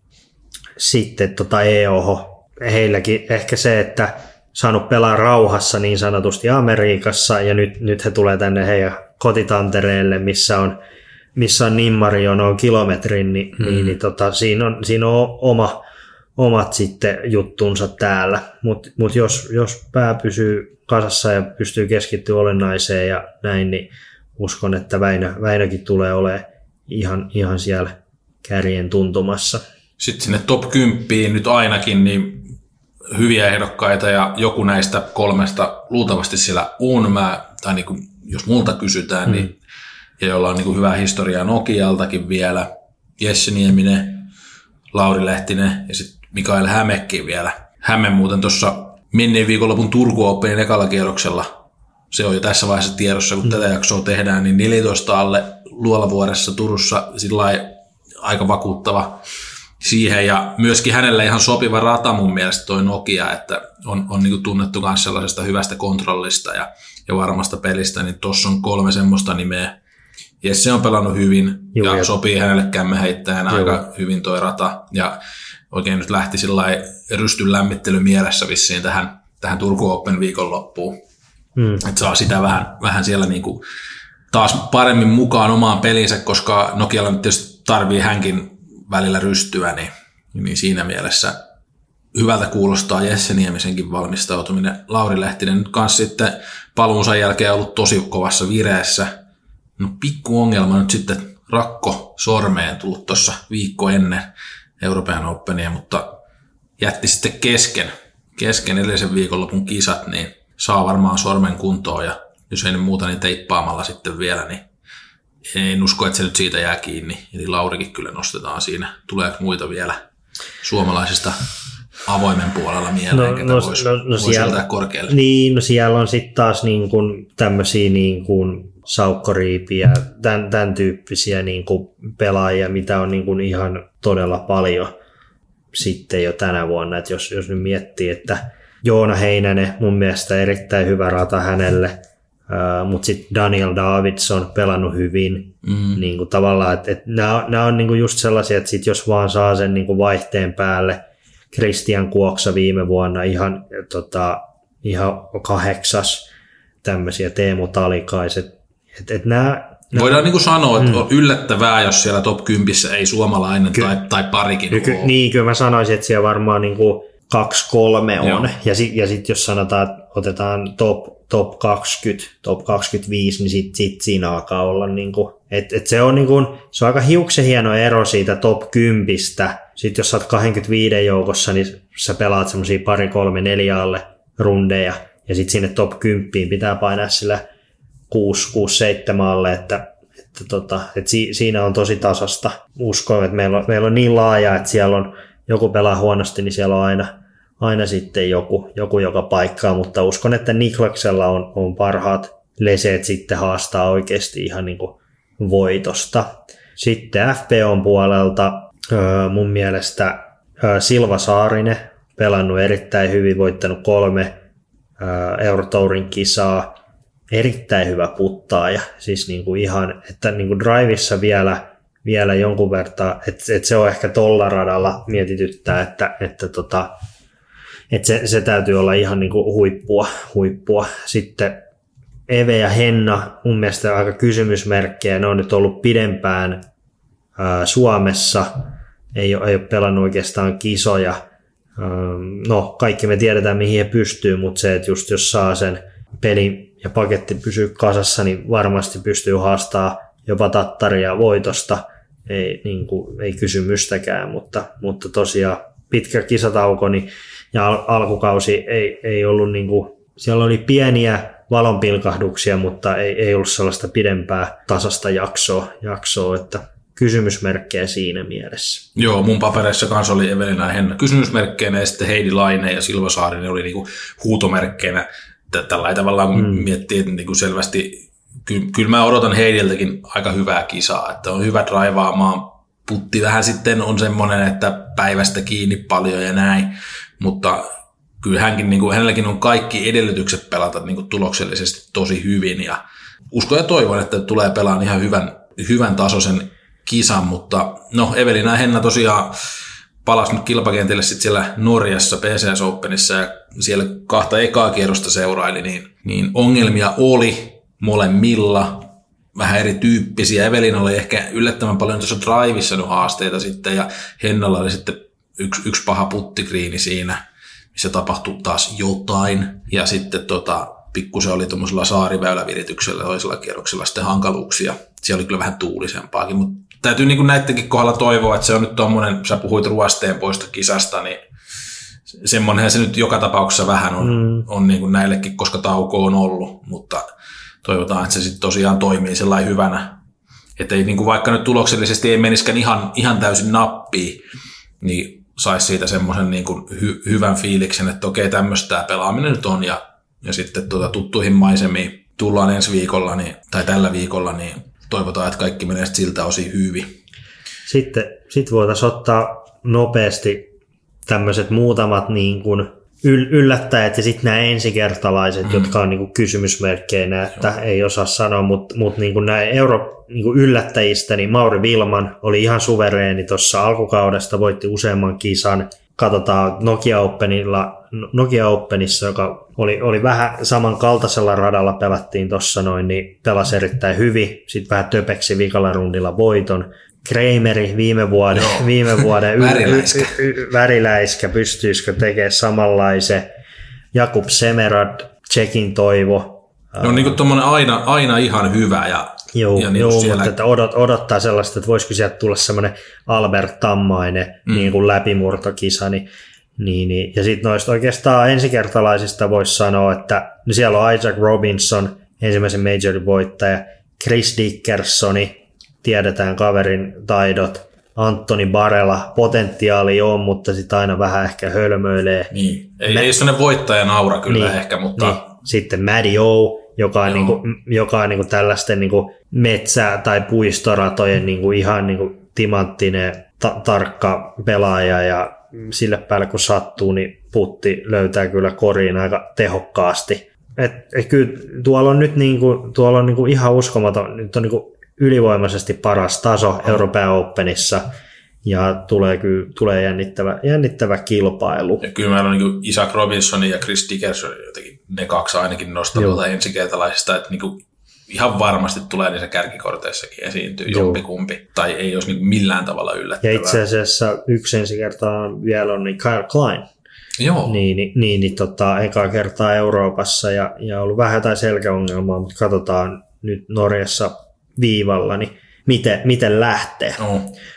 sitten tota E O H. Heilläkin ehkä se, että saanut pelaa rauhassa niin sanotusti Amerikassa ja nyt, nyt he tulee tänne heidän kotitantereelle, missä on, missä on nimmari on noin kilometrin, niin, mm. niin, niin tota, siinä, on, siinä on oma omat sitten juttunsa täällä, mutta mut jos, jos pää pysyy kasassa ja pystyy keskittyä olennaiseen ja näin, niin uskon, että Väinö, Väinökin tulee olemaan ihan, ihan siellä kärjen tuntumassa. Sitten sinne top kymmenen nyt ainakin niin hyviä ehdokkaita ja joku näistä kolmesta luultavasti siellä on, mä, tai niin kuin, jos multa kysytään, mm. niin, ja jolla on niin kuin hyvää historiaa Nokialtakin vielä, Jesse Nieminen, Lauri Lehtinen ja sitten Mikael Hämekin vielä. Häme muuten tuossa menneen viikonlopun Turku Openin ekalla kierroksella, se on jo tässä vaiheessa tiedossa, kun mm. tätä jaksoa tehdään, niin neljätoista alle Luolavuoressa Turussa sillai aika vakuuttava siihen, ja myöskin hänelle ihan sopiva rata mun mielestä toi Nokia, että on, on niinku tunnettu myös sellaisesta hyvästä kontrollista ja, ja varmasta pelistä, niin tuossa on kolme semmoista nimeä. Jesse on pelannut hyvin, Juu, ja jo. sopii hänelle kämmeheittäjän aika hyvin toi rata, ja oikein nyt lähti sillai rystyn lämmittely mielessä vissiin tähän, tähän Turku Open viikonloppuun. Mm. Että saa sitä vähän, vähän siellä niinku taas paremmin mukaan omaan pelinsä, koska Nokialla nyt tietysti tarvii hänkin välillä rystyä, niin, niin siinä mielessä hyvältä kuulostaa Jesse Niemisenkin valmistautuminen. Lauri Lehtinen nyt kanssa sitten paluunsa jälkeen ollut tosi kovassa vireessä. No pikku ongelma nyt sitten rakko sormeen tullut tuossa viikko ennen Euroopan Openia, mutta jätti sitten kesken, kesken edellisen viikonlopun kisat, niin saa varmaan sormen kuntoon ja jos ei nyt muuta, niin teippaamalla sitten vielä, niin en usko, että se nyt siitä jää kiinni. Eli Laurikin kyllä nostetaan siinä. Tuleeko muita vielä suomalaisista avoimen puolella mieleen, no, ketä no, voisi no, no vois yltää korkealle? Niin, no siellä on sitten taas niin kuin tämmöisiä niin kuin saukkoriipiä, tämän, tämän tyyppisiä niin kuin pelaajia, mitä on niin kuin ihan todella paljon sitten jo tänä vuonna. Et jos, jos nyt miettii, että Joona Heinänen mun mielestä erittäin hyvä rata hänelle, Uh, mutta sitten Daniel Davidson pelannut hyvin. Mm. Niin kuin tavallaan, että et nämä on niin kuin just sellaisia, että sit jos vaan saa sen niin kuin vaihteen päälle, Christian Kuoksa viime vuonna ihan, tota, ihan kahdeksas, tämmöisiä Teemu Talikaiset. Et, et nää, Voidaan niin kuin sanoa, että mm. on yllättävää, jos siellä top kymmenen ei suomalainen ky- tai, tai parikin ky- ole. Niin, kyllä mä sanoisin, että siellä varmaan niin kuin kaksi kolme on. Joo. Ja sitten ja sit jos sanotaan, että otetaan top top kaksikymmentä, top kaksikymmentäviisi, niin sitten sit siinä alkaa olla, niin kuin, että et se, on niin kuin, se on aika hiuksen hieno ero siitä top kymmenestä. Sitten jos sä oot kaksikymmentäviisi joukossa, niin sä pelaat semmosia pari, kolme, neljä alle rundeja, ja sitten sinne top kymmenen pitää painaa sillä kuusi seitsemän alle, että, että, tota, että si, siinä on tosi tasasta. Uskon, että meillä on, meillä on niin laaja, että siellä on joku pelaa huonosti, niin siellä on aina, aina sitten joku, joku, joka paikkaa, mutta uskon, että Niklaksella on, on parhaat leseet sitten haastaa oikeasti ihan niin kuin voitosta. Sitten F P O:n puolelta mun mielestä Silva Saarinen pelannut erittäin hyvin, voittanut kolme Eurotourin kisaa, erittäin hyvä puttaaja, siis niin kuin ihan, että niin kuin drivissa vielä, vielä jonkun verran, että, että se on ehkä tolla radalla mietityttää, että, että, tota, että se, se täytyy olla ihan niin kuin huippua, huippua. Sitten Eve ja Henna, mun mielestä aika kysymysmerkkejä, ne on nyt ollut pidempään ää, Suomessa, ei ole, ei ole pelannut oikeastaan kisoja. No, kaikki me tiedetään, mihin he pystyy, mutta se, että just jos saa sen pelin ja paketti pysyy kasassa, niin varmasti pystyy haastaa jopa tattaria voitosta. Ei, niin kuin, ei kysymystäkään, mutta, mutta tosiaan pitkä kisatauko niin, ja al- alkukausi ei, ei ollut, niin kuin, siellä oli pieniä valonpilkahduksia, mutta ei, ei ollut sellaista pidempää tasasta jaksoa, jaksoa että kysymysmerkkejä siinä mielessä. Joo, mun papereissa kanssa oli Evelina Henna kysymysmerkkeinä ja sitten Heidi Laine ja Silva Saarinen oli niinku huutomerkkeinä. Tällä tavallaan mm. miettii, että niinku selvästi, kyllä, kyllä mä odotan Heidiltäkin aika hyvää kisaa, että on hyvä draivaamaan. Putti vähän sitten on semmoinen, että päivästä kiinni paljon ja näin, mutta kyllä hänkin, niinku, hänelläkin on kaikki edellytykset pelata niinku tuloksellisesti tosi hyvin ja uskon ja toivon, että tulee pelaamaan ihan hyvän, hyvän tasoisen kisan, mutta no Evelina ja Henna tosiaan palasi nyt kilpakentille sitten siellä Norjassa P C S Openissa ja siellä kahta ekaa kierrosta seuraili, niin, niin ongelmia oli molemmilla, vähän erityyppisiä. Evelina oli ehkä yllättävän paljon tuossa drivissa nyt haasteita sitten ja Hennalla oli sitten yksi, yksi paha puttikriini siinä, missä tapahtui taas jotain ja sitten tota, pikkusen oli tuommoisella saariväylävirityksellä toisella kierroksella sitten hankaluuksia. Siellä oli kyllä vähän tuulisempaakin, mutta täytyy niin kuin näidenkin kohdalla toivoa, että se on nyt tuommoinen, sä puhuit ruosteen poista kisasta, niin semmoinenhan se nyt joka tapauksessa vähän on, mm. on niin kuin näillekin, koska tauko on ollut, mutta toivotaan, että se sitten tosiaan toimii sellainen hyvänä, että ei, niin kuin vaikka nyt tuloksellisesti ei menisikään ihan, ihan täysin nappiin, niin saisi siitä semmoisen niin kuin hy, hyvän fiiliksen, että okei, tämmöistä tämä pelaaminen nyt on, ja, ja sitten tuota, tuttuihin maisemiin tullaan ensi viikolla, niin, tai tällä viikolla, niin toivotaan, että kaikki menee siltä osin hyvin. Sitten sit voitaisiin ottaa nopeasti tämmöiset muutamat niin kuin yllättäjät ja sitten nämä ensikertalaiset, mm. jotka on niin kuin kysymysmerkkeinä, että Joo. ei osaa sanoa, mutta mut niin kuin nämä euro niin kuin yllättäjistä, niin Mauri Vilman oli ihan suvereeni tuossa alkukaudesta, voitti useamman kisan. Katsotaan Nokia Openilla, Nokia Openissa, joka oli, oli vähän samankaltaisella radalla, pelattiin tuossa noin, niin pelasi erittäin hyvin. Sitten vähän töpeksi viikalla rundilla voiton. Krameri viime vuoden, viime vuoden väriläiskä. Y, y, y, väriläiskä, pystyisikö tekemään samanlaisen. Jakub Semerad, Tsekin toivo. No niin kuin tuommoinen aina, aina ihan hyvä. Ja, joo, ja niin joo siellä... mutta että odot, odottaa sellaista, että voisiko sieltä tulla semmoinen Albert Tammainen mm. niin kuin läpimurtokisa. Niin, niin, niin. Ja sitten noista oikeastaan ensikertalaisista voisi sanoa, että no siellä on Isaac Robinson, ensimmäisen majorin voittaja, Chris Dickersoni, tiedetään kaverin taidot, Antoni Barela, potentiaali on, mutta sitten aina vähän ehkä hölmöilee. Niin. Ei, Mä... ei sellainen voittajan aura kyllä niin, ehkä, mutta... Niin. Sitten Maddie O, joka on, niinku, joka on niinku tällaisten niinku metsä- tai puistoratojen niinku ihan niinku timanttinen, ta- tarkka pelaaja, ja sille päälle kun sattuu, niin putti löytää kyllä koriin aika tehokkaasti. Et, et kyllä tuolla on nyt niinku, tuolla on niinku ihan uskomaton, nyt on niinku ylivoimaisesti paras taso Euroopan Openissa, ja tulee, kyllä, tulee jännittävä, jännittävä kilpailu. Ja kyllä meillä on niin Isaac Robinson ja Chris Dickerson, jotenkin ne kaksi ainakin nostaa tuolta ensikertalaisista, että niin kuin ihan varmasti tulee niissä kärkikorteissakin esiintyy jompikumpi, tai ei olisi niin millään tavalla yllättävää. Ja itse asiassa yksi ensikertaa vielä on niin Kyle Klein. Joo. Niin, niin, niin, niin tota, ekaa kertaa Euroopassa, ja, ja ollut vähän jotain selkäongelmaa, mutta katsotaan nyt Norjassa viivalla, niin miten, miten lähtee. Oh.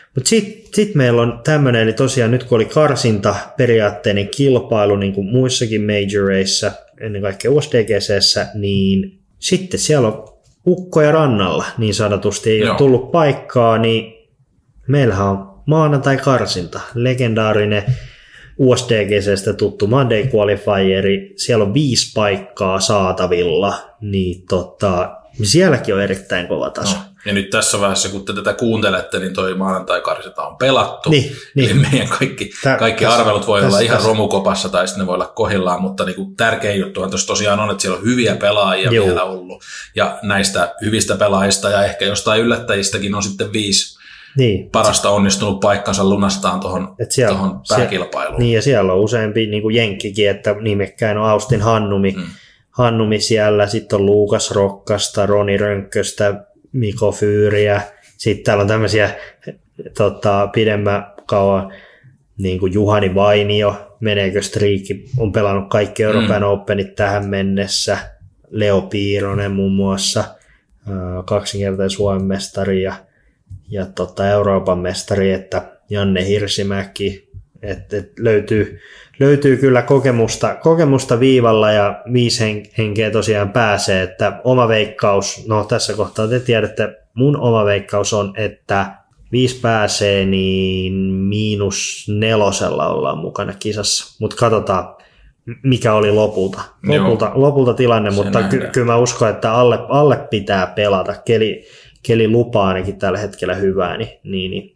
Mutta sitten sit meillä on tämmöinen, eli tosiaan nyt kun oli karsinta periaatteinen kilpailu niin kuin muissakin majoreissa, ennen kaikkea U S D G C:ssä, niin sitten siellä on ukkoja rannalla niin sanotusti, ei Joo. ole tullut paikkaa, niin meillähän on maanantai-karsinta, legendaarinen U S D G C:stä tuttu Monday Qualifieri, siellä on viisi paikkaa saatavilla, niin tota, sielläkin on erittäin kova taso. No. Ja nyt tässä vaiheessa, kun te tätä kuuntelette, niin toi maanantai-karsinta on pelattu. Niin, Eli niin. meidän kaikki, Tää, kaikki täs, arvelut voi täs, olla ihan täs. romukopassa tai sitten ne voi olla kohillaan, mutta niin kuin tärkein juttuhan tuossa tosiaan on, että siellä on hyviä pelaajia Joo. vielä ollut. Ja näistä hyvistä pelaajista ja ehkä jostain yllättäjistäkin on sitten viisi niin. parasta onnistunut paikkansa lunastaan tuohon pääkilpailuun. Niin, ja siellä on useampi niin kuin jenkkikin, että nimekkäin on Austin Hannumi, hmm. Hannumi siellä, sitten on Luukas Rokkasta, Roni Rönkköstä, Mikko Fyyriä. Sitten täällä on tämmöisiä tota, pidemmän kauan niin kuin Juhani Vainio, meneekö striikki, on pelannut kaikki Euroopan mm. Openit tähän mennessä. Leo Piironen muun muassa, kaksinkertainen Suomen mestari ja, ja tota, Euroopan mestari, että Janne Hirsimäki. Et, et löytyy, löytyy kyllä kokemusta, kokemusta viivalla ja viisi henkeä tosiaan pääsee, että oma veikkaus, no tässä kohtaa te tiedätte, mun oma veikkaus on, että viisi pääsee, niin miinus nelosella ollaan mukana kisassa, mutta katsotaan mikä oli lopulta, lopulta, lopulta tilanne, mutta ky, kyllä mä uskon, että alle, alle pitää pelata, keli, keli lupaa ainakin tällä hetkellä hyvää, niin, niin, niin.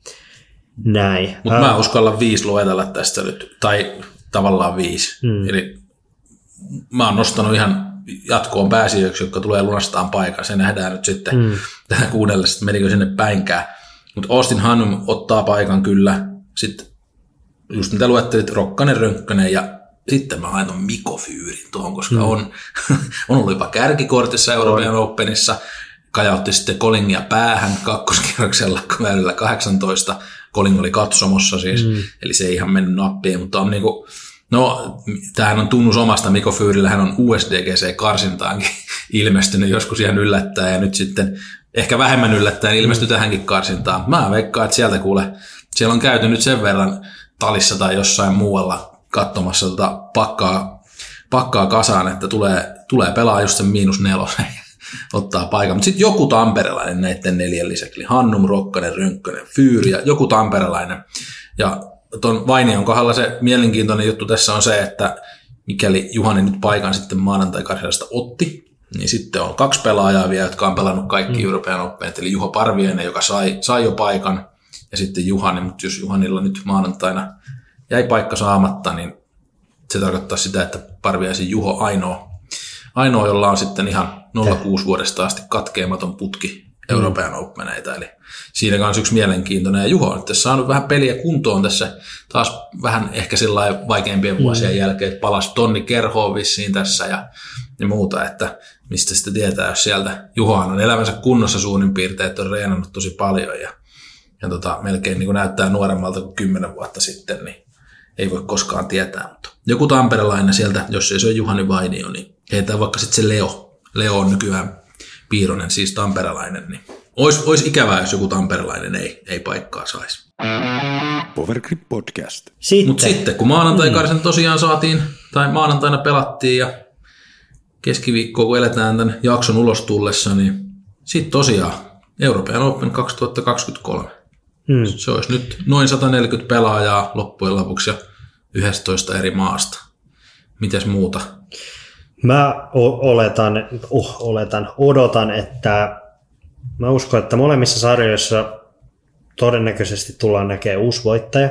Näin. Mutta mä uskallan viisi luetella tästä nyt, tai tavallaan viisi. Hmm. Eli mä oon nostanut ihan jatkoon pääsijöiksi, jotka tulee lunastaan paikan. Se nähdään nyt sitten hmm. tähän kuunnellessa, että menikö sinne päinkään. Mutta Austin Hannum ottaa paikan kyllä. Sitten just mitä luettelit, Rokkanen, Rönkkönen ja sitten mä laitan Mikko Fyyrin tuohon, koska hmm. on, on ollut jopa kärkikortissa Euroopan Openissa. Kajautti sitten Collingia päähän kakkoskierroksella väylällä kahdeksantoista. Colling oli katsomossa siis, mm. eli se ei ihan mennyt nappiin, mutta on niinku, no tämähän on tunnus omasta Mikko Fyyrillä, hän on U S D G C-karsintaankin ilmestynyt joskus ihan yllättäen ja nyt sitten ehkä vähemmän yllättäen ilmestyi mm. tähänkin karsintaan. Mä veikkaan, että sieltä kuule, siellä on käyty nyt sen verran talissa tai jossain muualla katsomassa tota pakkaa, pakkaa kasaan, että tulee, tulee pelaa just sen miinus nelosen. Ottaa paikan, mutta sitten joku tamperelainen näiden neljän lisäksi, eli Hannum, Rokkanen, Rönkkönen, Fyyri ja joku tamperelainen. Ja tuon Vainion kohdalla se mielenkiintoinen juttu tässä on se, että mikäli Juhani nyt paikan sitten maanantai-karsinasta otti, niin sitten on kaksi pelaajaa vielä, jotka on pelannut kaikki mm. Euroopan Openit, eli Juho Parviainen, joka sai, sai jo paikan, ja sitten Juhani, mutta jos Juhanilla nyt maanantaina jäi paikka saamatta, niin se tarkoittaa sitä, että Parviaisen Juho ainoa, Ainoa, jolla on sitten ihan nolla kuusi vuodesta asti katkeamaton putki Euroopan mm. Openeita. Eli siinä kanssa yksi mielenkiintoinen. Ja Juho on nyt saanut vähän peliä kuntoon tässä taas vähän ehkä sellainen vaikeimpien vuosien mm. jälkeen, että palasi tonni kerhoon vissiin tässä ja, ja muuta, että mistä sitä tietää, jos sieltä Juhohan on elämänsä kunnossa suunnin piirtein, että on reenannut tosi paljon ja, ja tota, melkein niin kuin näyttää nuoremmalta kuin kymmenen vuotta sitten, niin ei voi koskaan tietää. Mutta joku tamperelainen sieltä, jos ei se ole Juhani Vainio, niin heitään vaikka sitten se Leo. Leo on nykyään Piironen, siis tamperelainen. Niin Ois, ois ikävää, jos joku tamperelainen ei, ei paikkaa saisi. Powergrip Podcast. Mutta sitten, kun maanantai-karsin tosiaan saatiin, tai maanantaina pelattiin ja keskiviikkoa, kun eletään tämän jakson ulos tullessa, niin sitten tosiaan Euroopan Open kaksituhattakaksikymmentäkolme. Hmm. Se olisi nyt noin sata neljäkymmentä pelaajaa loppujen lopuksi ja yksitoista eri maasta. Mites muuta? Mä oletan, uh, oletan, odotan, että mä uskon, että molemmissa sarjoissa todennäköisesti tullaan näkemään uusi voittaja.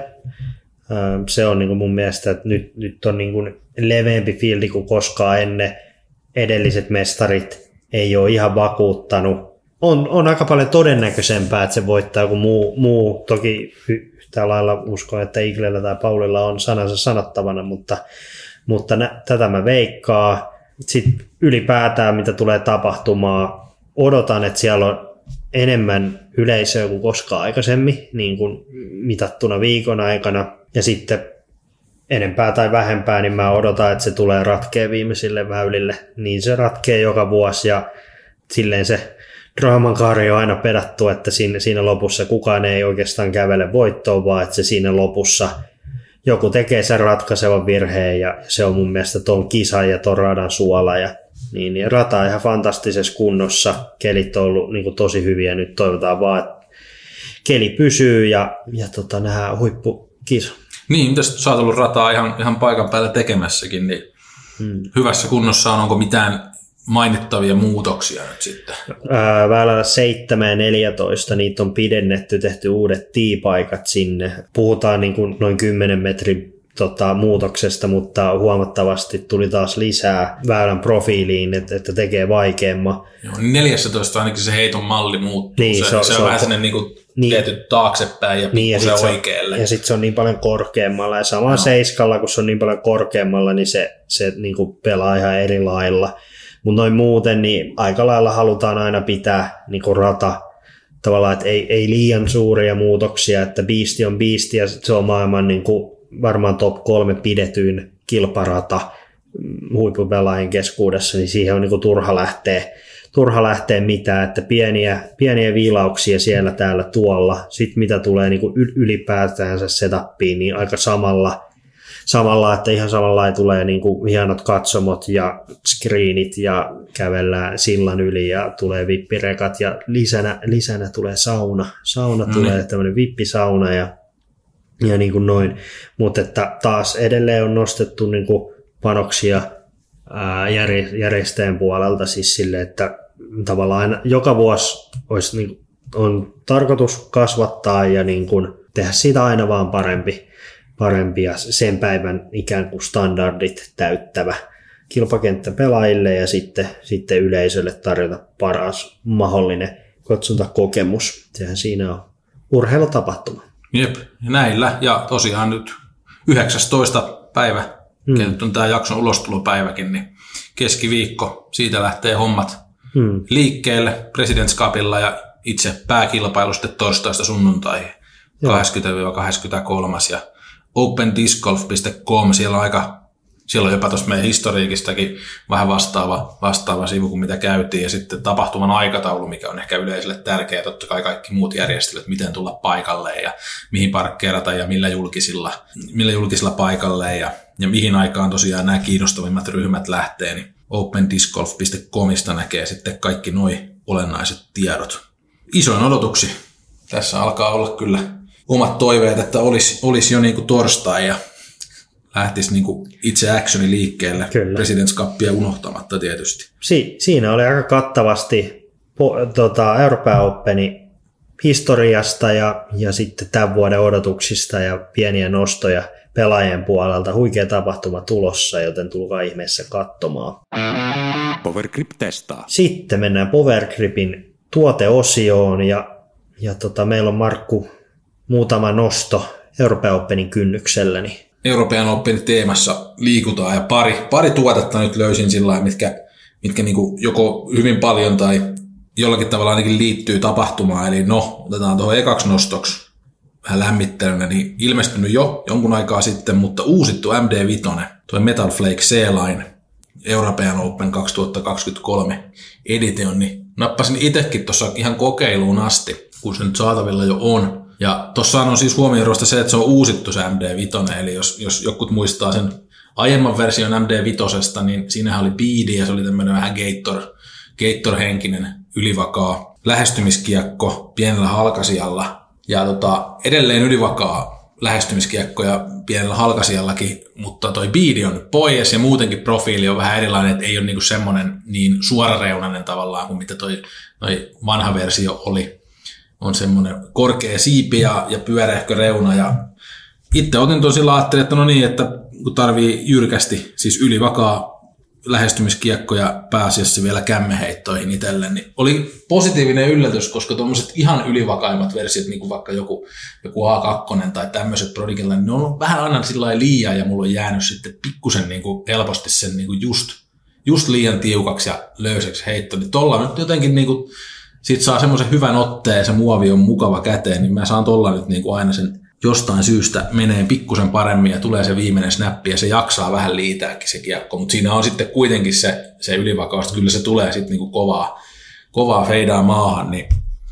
Se on niin kuin mun mielestä, että nyt, nyt on niin kuin leveämpi fieldi kuin koskaan ennen. Edelliset mestarit ei ole ihan vakuuttanut. On, on aika paljon todennäköisempää, että se voittaa kuin muu. muu. Toki yhtä lailla uskon, että Iglellä tai Paulilla on sanansa sanottavana, mutta, mutta nä, tätä mä veikkaan. Sitten ylipäätään, mitä tulee tapahtumaan, odotan, että siellä on enemmän yleisöä kuin koskaan aikaisemmin, niin kuin mitattuna viikon aikana. Ja sitten enempää tai vähempää, niin mä odotan, että se tulee ratkea viimeisille väylille. Niin se ratkee joka vuosi ja silleen se draaman kaari on aina pedattu, että siinä, siinä lopussa kukaan ei oikeastaan kävele voittoon, vaan että se siinä lopussa joku tekee sen ratkaisevan virheen ja se on mun mielestä ton kisan ja ton radan suola. Ja, niin, niin rata on ihan fantastisessa kunnossa, kelit on ollut niin kuin tosi hyviä, nyt toivotaan vaan, että keli pysyy ja, ja tota, nähdään huippukisa. Niin, mitäs sä oot ollut rataa ihan, ihan paikan päällä tekemässäkin, niin hmm. hyvässä kunnossa on, onko mitään mainittavia muutoksia nyt sitten? Ää, väylällä seitsemän ja neljätoista, niitä on pidennetty, tehty uudet tiipaikat sinne. Puhutaan niin kuin noin kymmenen metrin tota, muutoksesta, mutta huomattavasti tuli taas lisää väylän profiiliin, että, että tekee vaikeamman. Joo, neljätoista ainakin se heiton malli muuttuu. Niin, se, se, on, se on se vähän on, sellainen niin kuin niin, tietyt taaksepäin ja niin, pikkusen ja oikealle. Se, ja sitten se on niin paljon korkeammalla ja sama no. seiskalla, kun se on niin paljon korkeammalla, niin se, se niin kuin pelaa ihan eri lailla. Mutta noin muuten, niin aika lailla halutaan aina pitää niin kuin rata tavallaan, että ei, ei liian suuria muutoksia, että biisti on biisti ja se on maailman niin kuin varmaan top kolme pidetyin kilparata huippupelaajien keskuudessa, niin siihen on niin kuin turha lähteä, turha lähteä mitään, että pieniä, pieniä viilauksia siellä täällä tuolla. Sitten mitä tulee niin kuin ylipäätäänsä setappiin, niin aika samalla, samalla että ihan samalla tulee niin kuin hienot katsomot ja screenit ja kävellään sillan yli ja tulee vippirekat ja lisänä, lisänä tulee sauna. Sauna mm. tulee tämmöinen vippisauna ja ja niin kuin noin, mutta että taas edelleen on nostettu niin kuin panoksia ää, järjestäjän puolelta siis sille, että tavallaan joka vuosi olisi, niin kuin, on tarkoitus kasvattaa ja niin kuin tehdä siitä aina vaan parempi, parempi ja sen päivän ikään kuin standardit täyttävä kilpakenttä pelaajille ja sitten, sitten yleisölle tarjota paras mahdollinen katsontakokemus. Sehän siinä on urheilutapahtuma. Jep, näillä. Ja tosiaan nyt yhdeksästoista päivä, hmm. nyt on tämä jakson ulostulopäiväkin, niin keskiviikko, siitä lähtee hommat hmm. liikkeelle Presidents Cupilla ja itse pääkilpailu sitten torstaista sunnuntaihin kaksikymmentä kaksikymmentäkolme ja open disc golf piste com, siellä on aika siellä on jopa tuossa meidän historiikistakin vähän vastaava, vastaava sivu kuin mitä käytiin, ja sitten tapahtuman aikataulu, mikä on ehkä yleisölle tärkeä, totta kai kaikki muut järjestelyt, miten tulla paikalle ja mihin parkkeerata ja millä julkisilla, millä julkisilla paikalle ja, ja mihin aikaan tosiaan nämä kiinnostavimmat ryhmät lähtee, niin open disc golf piste comista näkee sitten kaikki nuo olennaiset tiedot. Isoin odotuksi. Tässä alkaa olla kyllä omat toiveet, että olisi, olisi jo niin kuin torstai ja lähtisi niin kuin itse actioni liikkeelle, kyllä. Presidents Cupia unohtamatta tietysti. Si- siinä oli aika kattavasti po- tota, Euroopan Openin historiasta ja, ja sitten tämän vuoden odotuksista ja pieniä nostoja pelaajien puolelta. Huikea tapahtuma tulossa, joten tulkaa ihmeessä katsomaan. Powergrip testaa. Sitten mennään Powergripin tuoteosioon ja, ja tota, meillä on Markku muutama nosto Euroopan Openin kynnykselläni. Euroopan Open teemassa liikutaan ja pari, pari tuotetta nyt löysin sillä mitkä, mitkä niin kuin joko hyvin paljon tai jollakin tavalla ainakin liittyy tapahtumaan. Eli no, otetaan tuohon ekaksi nostoksi vähän lämmittelynä, niin ilmestynyt jo jonkun aikaa sitten, mutta uusittu M D viisi, tuo Metal Flake C-Line Euroopan Open kaksituhattakaksikymmentäkolme edition, niin nappasin itsekin tuossa ihan kokeiluun asti, kun se nyt saatavilla jo on. Ja tuossa on siis huomioon se, että se on uusittu se M D viisi, eli jos, jos jokut muistaa sen aiemman version M D viisi, niin siinähän oli beadi ja se oli tämmöinen vähän Gator, Gator-henkinen ylivakaa lähestymiskiekko pienellä halkasijalla. Ja tota, edelleen ylivakaa lähestymiskiekko ja pienellä halkasijallakin, mutta toi beadi on pois ja muutenkin profiili on vähän erilainen, että ei ole niinku semmoinen niin suorareunainen tavallaan kuin mitä toi, toi vanha versio oli. On semmoinen korkea siipi ja, ja pyöreähkö reuna. Ja itse otin tuon sillä ajattelin, että no niin, että kun tarvii jyrkästi, siis ylivakaa lähestymiskiekko ja pääasiassa vielä kämmeheittoihin itselle, niin oli positiivinen yllätys, koska tuommoiset ihan ylivakaimmat versiot, niin kuin vaikka joku, joku A kaksi tai tämmöiset Prodigilla, niin ne on vähän aina sillä lailla liian ja mulla on jäänyt sitten pikkusen niin kuin helposti sen niin kuin just, just liian tiukaksi ja löysäksi heitto. Niin tuolla nyt jotenkin niin kuin sitten saa semmoisen hyvän otteen ja se muovi on mukava käteen, niin mä saan tuolla nyt niin kuin aina sen jostain syystä menee pikkusen paremmin ja tulee se viimeinen snappi ja se jaksaa vähän liitääkin se kiekko, mutta siinä on sitten kuitenkin se, se ylivakaus, kyllä se tulee sitten niin kuin kovaa, kovaa feidaa maahan, niin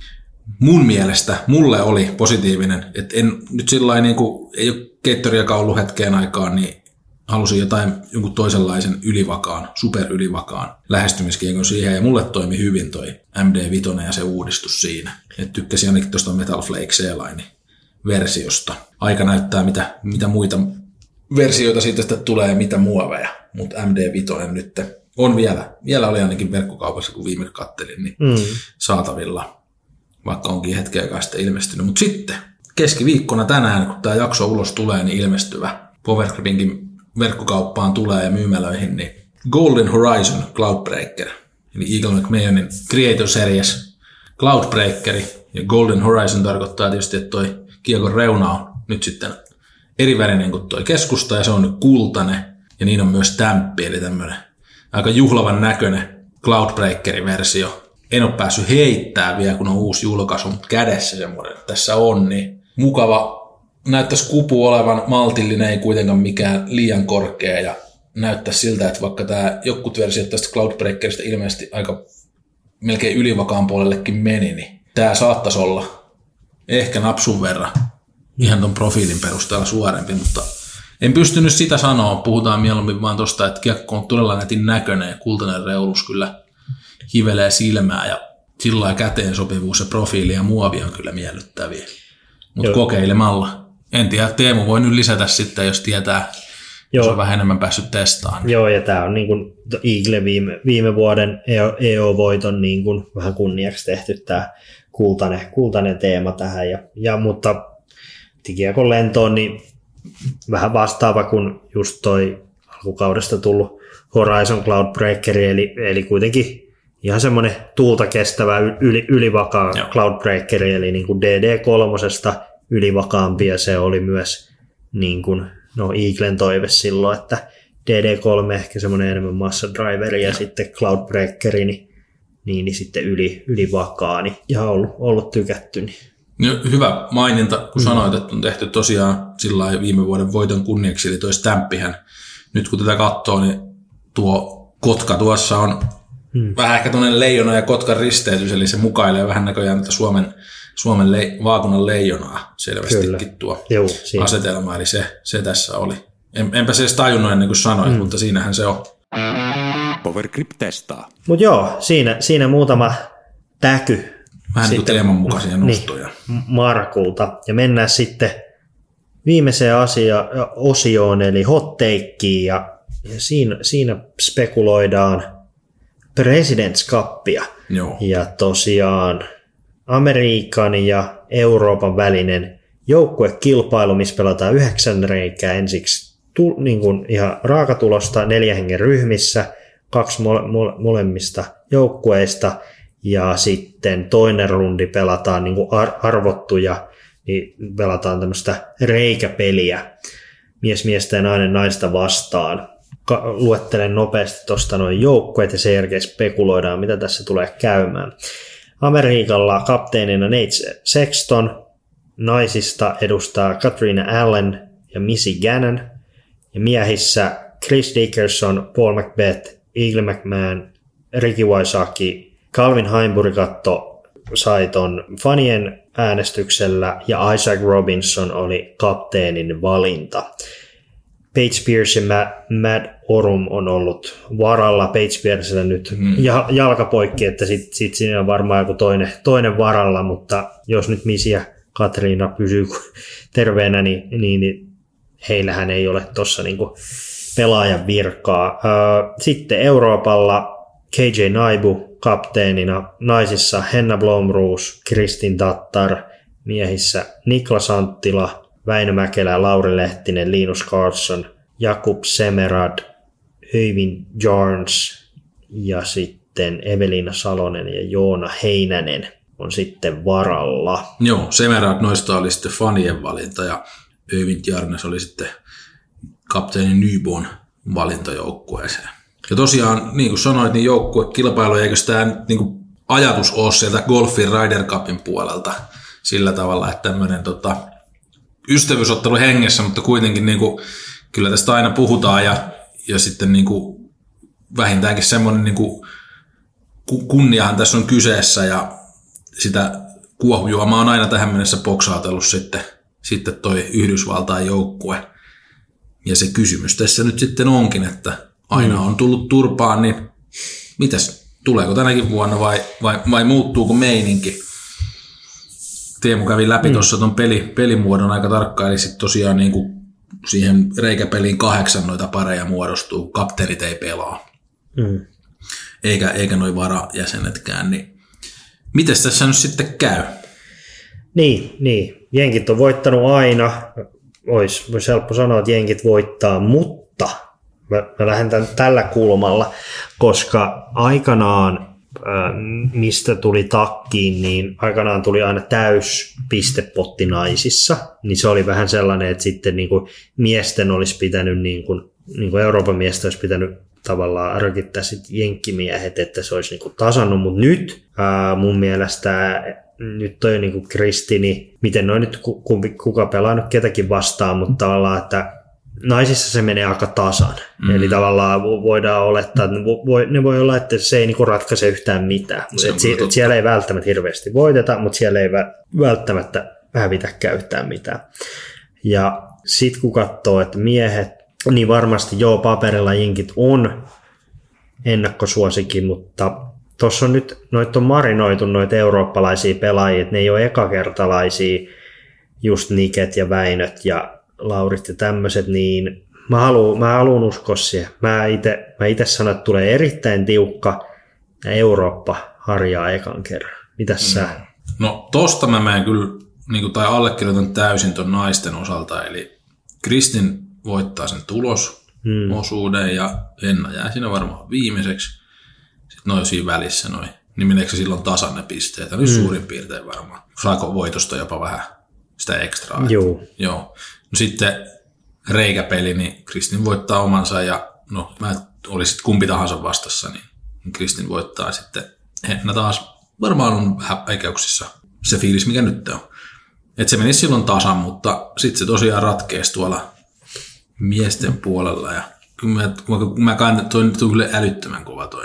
mun mielestä mulle oli positiivinen, että en nyt sillä niin kuin ei ole keittoriakaan ollut hetkeen aikaan, niin halusin jotain jonkun toisenlaisen ylivakaan, superylivakaan lähestymiskiekon siihen, ja mulle toimi hyvin toi M D viisi ja se uudistus siinä. Et tykkäsin ainakin tuosta Metal Flake C-Line versiosta. Aika näyttää, mitä, mitä muita versioita siitä sitten tulee ja mitä muoveja, mutta M D viisi nyt on vielä, vielä oli ainakin verkkokaupassa, kun viime kattelin, niin mm. saatavilla, vaikka onkin hetken aikaa sitten ilmestynyt. Mutta sitten keskiviikkona tänään, kun tämä jakso ulos tulee, niin ilmestyvä Powergripinkin verkkokauppaan tulee ja myymälöihin, niin Golden Horizon Cloudbreaker, eli Eagle McMahonin Creator Series Cloudbreakeri, ja Golden Horizon tarkoittaa tietysti, että toi kiekon reuna on nyt sitten eri värinen kuin toi keskusta, ja se on nyt kultainen, ja niin on myös tämppi, eli tämmöinen aika juhlavan näköinen Cloudbreakerin versio. En ole päässyt heittämään vielä, kun on uusi julkaisu, mutta kädessä semmoinen, että tässä on, niin mukava. Näyttäisi kupu olevan maltillinen, ei kuitenkaan mikään liian korkea, ja näyttäisi siltä, että vaikka tämä jotkut versiot tästä Cloudbreakerista ilmeisesti aika melkein ylivakaan puolellekin meni, niin tämä saattaisi olla ehkä napsun verran ihan ton profiilin perusteella suorempi, mutta en pystynyt sitä sanoa. Puhutaan mieluummin vaan tuosta, että kiekko on todella nätin näköinen ja kultainen reulus kyllä hivelee silmää ja sillä lailla käteen sopivuus ja profiili ja muovi on kyllä miellyttäviä. Mutta kokeilemalla. En tiedä, Teemu voi nyt lisätä sitten, jos tietää, Joo. jos on vähän enemmän päässyt testaamaan. Joo, ja tämä on niin kuin Eagle viime, viime vuoden E O-voiton niin kuin vähän kunniaksi tehty tämä kultainen, kultainen teema tähän. Ja, ja, mutta kiekon lentoon niin vähän vastaava kuin just toi alkukaudesta tullut Horizon Cloudbreakeri, eli, eli kuitenkin ihan semmoinen tuulta kestävä yli, ylivakaa Joo. Cloudbreakeri, eli niin kuin D D kolme ylivakaampi, ja se oli myös niin kuin, no Eaglen toive silloin, että D D kolme ehkä semmoinen enemmän massadriveri, ja, ja sitten Cloudbreakeri, niin, niin, niin sitten yli, ylivakaa, niin ihan ollut, ollut tykätty. Niin. No, hyvä maininta, kun mm. sanoit, että on tehty tosiaan sillä viime vuoden voiton kunniaksi, eli toi stämppihän, nyt kun tätä katsoo, niin tuo kotka tuossa on mm. vähän ehkä tuollainen leijona ja kotkan risteytys, eli se mukailee vähän näköjään tätä Suomen, Suomen le, vaakunan leijonaa selvästikin Kyllä. tuo Joo, asetelma, eli se, se tässä oli. En, enpä se edes tajunnut ennen kuin sanoit, mm. mutta siinähän se on. Powergrip testaa. Mutta joo, siinä, siinä muutama täky. Vähän niin kuin teeman mukaisia nostoja. Niin, Markulta. Ja mennään sitten viimeiseen asia, osioon, eli hot takeen, ja, ja siinä, siinä spekuloidaan President's Cupia. Joo. Ja tosiaan Amerikan ja Euroopan välinen joukkuekilpailu, missä pelataan yhdeksän reikää ensiksi tu, niin kuin ihan raakatulosta neljän hengen ryhmissä, kaksi mole, mole, molemmista joukkueista, ja sitten toinen rundi pelataan niin kuin arvottuja, niin pelataan tämmöistä reikäpeliä mies miestä ja nainen naista vastaan. Ka- luettelen nopeasti tuosta noin joukkueet ja sen jälkeen spekuloidaan, mitä tässä tulee käymään. Amerikalla kapteenina Nate Sexton, naisista edustaa Katrina Allen ja Missy Gannon, ja miehissä Chris Dickerson, Paul McBeth, Eagle McMahon, Ricky Wysocki, Calvin Heimburg-katto sai ton fanien äänestyksellä, ja Isaac Robinson oli kapteenin valinta. Paige Pierce ja Matt Orum on ollut varalla. Paige Piercellä nyt mm. jalkapoikki, että sitten sit siinä on varmaan joku toinen, toinen varalla, mutta jos nyt Missy ja Katriina pysyy terveenä, niin, niin, niin heillähän ei ole tuossa niinku pelaajan virkaa. Sitten Euroopalla K J Naibu kapteenina, naisissa Henna Blomroos, Kristin Tattar, miehissä Niklas Anttila, Väinö Mäkelä, Lauri Lehtinen, Linus Carlson, Jakub Semerad, Öyvind Jarns ja sitten Evelina Salonen ja Joona Heinänen on sitten varalla. Joo, Semerad noista oli sitten fanien valinta ja Öyvind Jarns oli sitten kapteeni Nybon valintajoukkueeseen. Ja tosiaan, niin kuin sanoit, niin joukkuekilpailu, eikö tämä niin kuin ajatus ole sieltä Golfin Ryder Cupin puolelta sillä tavalla, että tämmöinen tota, ystävyysottelu hengessä, mutta kuitenkin niin kuin, kyllä tästä aina puhutaan ja, ja sitten niin kuin, vähintäänkin semmoinen niin kuin, kunniahan tässä on kyseessä ja sitä kuohujuomaa on aina tähän mennessä boksautellut sitten, sitten toi Yhdysvaltain joukkue. Ja se kysymys tässä nyt sitten onkin, että aina on tullut turpaan, niin mitäs, tuleeko tänäkin vuonna vai, vai, vai muuttuuko meininki? Teemu kävi läpi mm. tuossa tuon peli, pelimuodon aika tarkkaan, eli sitten tosiaan niin kuin siihen reikäpeliin kahdeksan noita pareja muodostuu, kapteenit ei pelaa, mm. eikä, eikä noi varajäsenetkään, niin mites tässä nyt sitten käy? Niin, niin. Jenkit on voittanut aina, olisi vois helppo sanoa, että jenkit voittaa, mutta mä, mä lähden tämän tällä kulmalla, koska aikanaan mistä tuli takkiin, niin aikanaan tuli aina täys pistepotti naisissa, niin se oli vähän sellainen, että sitten niin kuin miesten olisi pitänyt, niin kuin, niin kuin Euroopan miesten olisi pitänyt tavallaan rökittää sitten jenkkimiehet, että se olisi niin kuin tasannut, mutta nyt ää, mun mielestä nyt toi niin kuin Kristini, miten noin nyt kuka pelaa nyt ketäkin vastaan, mutta tavallaan, että naisissa se menee aika tasan. Mm-hmm. Eli tavallaan voidaan olettaa, että ne voi, ne voi olla, että se ei niinku ratkaise yhtään mitään. Et si, et siellä ei välttämättä hirveästi voiteta, mutta siellä ei välttämättä hävitäkään yhtään mitään. Ja sitten kun katsoo, että miehet, niin varmasti joo, paperilla jinkit on ennakkosuosikin, mutta tuossa on nyt, noita on marinoitu noita eurooppalaisia pelaajia, että ne ei ole ekakertalaisia, just Niket ja Väinöt ja Laurit ja tämmöiset, niin mä haluun, mä haluun uskoa siihen. Mä ite, mä ite sanon, että tulee erittäin tiukka ja Eurooppa harjaa ekan kerran. Mitäs mm. sä? No tosta mä menen kyllä, niin kuin, tai allekirjoitan täysin ton naisten osalta, eli Kristin voittaa sen tulososuuden mm. ja Henna jää siinä varmaan viimeiseksi. Sitten noin siinä välissä noin. Niin meneekö se silloin tasan ne pisteet? Nyt mm. suurin piirtein varmaan. Saako voitosta jopa vähän sitä ekstraa? Joo. Joo. No sitten reikäpeli, niin Kristin voittaa omansa ja no mä olisit kumpi tahansa vastassa, niin Kristin voittaa sitten. Henna taas varmaan on vähän vaikeuksissa se fiilis, mikä nyt on. Että se menisi silloin tasan, mutta sitten se tosiaan ratkeisi tuolla miesten puolella. Ja kun mä, kun mä kannan, toi nyt on kyllä älyttömän kova toi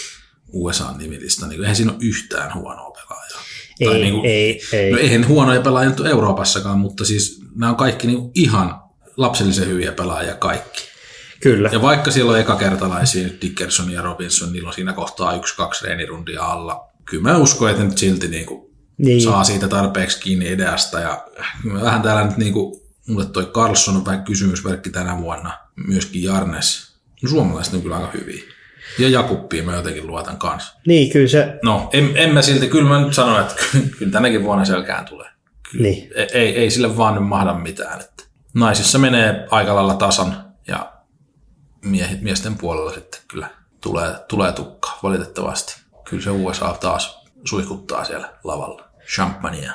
U S A-nimilista, niin eihän siinä ole yhtään huonoa pelaajaa. Ei, tai niin kuin, ei, ei. No eihän huonoja pelaajia nyt Euroopassakaan, mutta siis nämä on kaikki niin kuin ihan lapsellisen hyviä pelaajia kaikki. Kyllä. Ja vaikka siellä on ekakertalaisia, nyt Dickerson ja Robinson, niillä on siinä kohtaa yksi, kaksi reenirundia alla. Kyllä mä uskon, että nyt silti niin kuin niin. saa siitä tarpeeksi kiinni ideasta. Ja vähän täällä nyt niin kuin, mulle toi Carlson on vähän kysymysmerkki tänä vuonna, myöskin Jarnes. No suomalaiset on kyllä aika hyviä. Ja Jakubbiin mä jotenkin luotan kanssa. Niin, kyllä se... No, en, en mä silti, kyllä mä nyt sanon, että kyllä tänäkin vuonna selkään tulee. Kyllä, niin. ei, ei sille vaan nyt mahda mitään. Että naisissa menee aika lailla tasan ja miehet, miesten puolella sitten kyllä tulee, tulee tukkaa valitettavasti. Kyllä se U S A taas suihkuttaa siellä lavalla. Champagnea.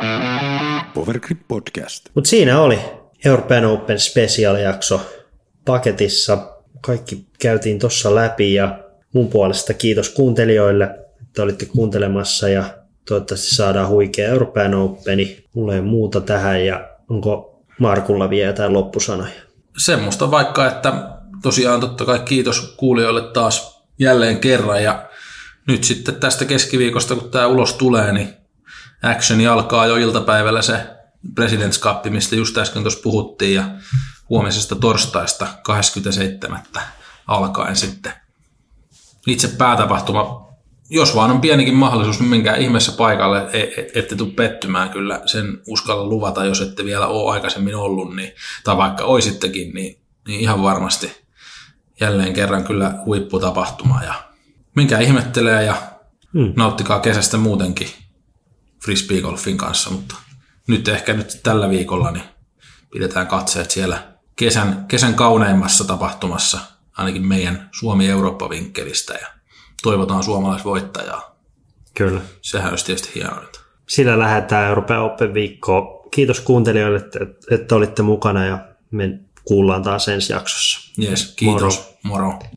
Powergrip Podcast. Mutta siinä oli European Open Special-jakso paketissa. Kaikki käytiin tuossa läpi ja mun puolesta kiitos kuuntelijoille, että olitte kuuntelemassa ja toivottavasti saadaan huikea European Openi. Mulla ei muuta tähän ja onko Markulla vielä jotain loppusanoja? Semmoista vaikka, että tosiaan totta kai kiitos kuulijoille taas jälleen kerran ja nyt sitten tästä keskiviikosta kun tämä ulos tulee, niin actioni alkaa jo iltapäivällä se President's Cup, mistä just äsken tuossa puhuttiin ja huomisesta torstaista kahdeskymmenesseitsemäs alkaen sitten itse päätapahtuma. Jos vaan on pienikin mahdollisuus, niin menkää ihmeessä paikalle, ette tule pettymään kyllä. Sen uskalla luvata, jos ette vielä ole aikaisemmin ollut, niin, tai vaikka oisittekin, niin, niin ihan varmasti jälleen kerran kyllä huipputapahtuma. Ja menkää ihmettelee ja hmm. nauttikaa kesästä muutenkin frisbeegolfin kanssa, mutta nyt ehkä nyt tällä viikolla niin pidetään katseet siellä kesän, kesän kauneimmassa tapahtumassa, ainakin meidän Suomi-Eurooppa-vinkkelistä ja toivotaan suomalaisvoittajaa. Kyllä. Sehän olisi tietysti hienoa. Sillä lähdetään Euroopan Open viikkoon. Kiitos kuuntelijoille, että, että olitte mukana ja me kuullaan taas ensi jaksossa. Yes, kiitos. Moro. Moro.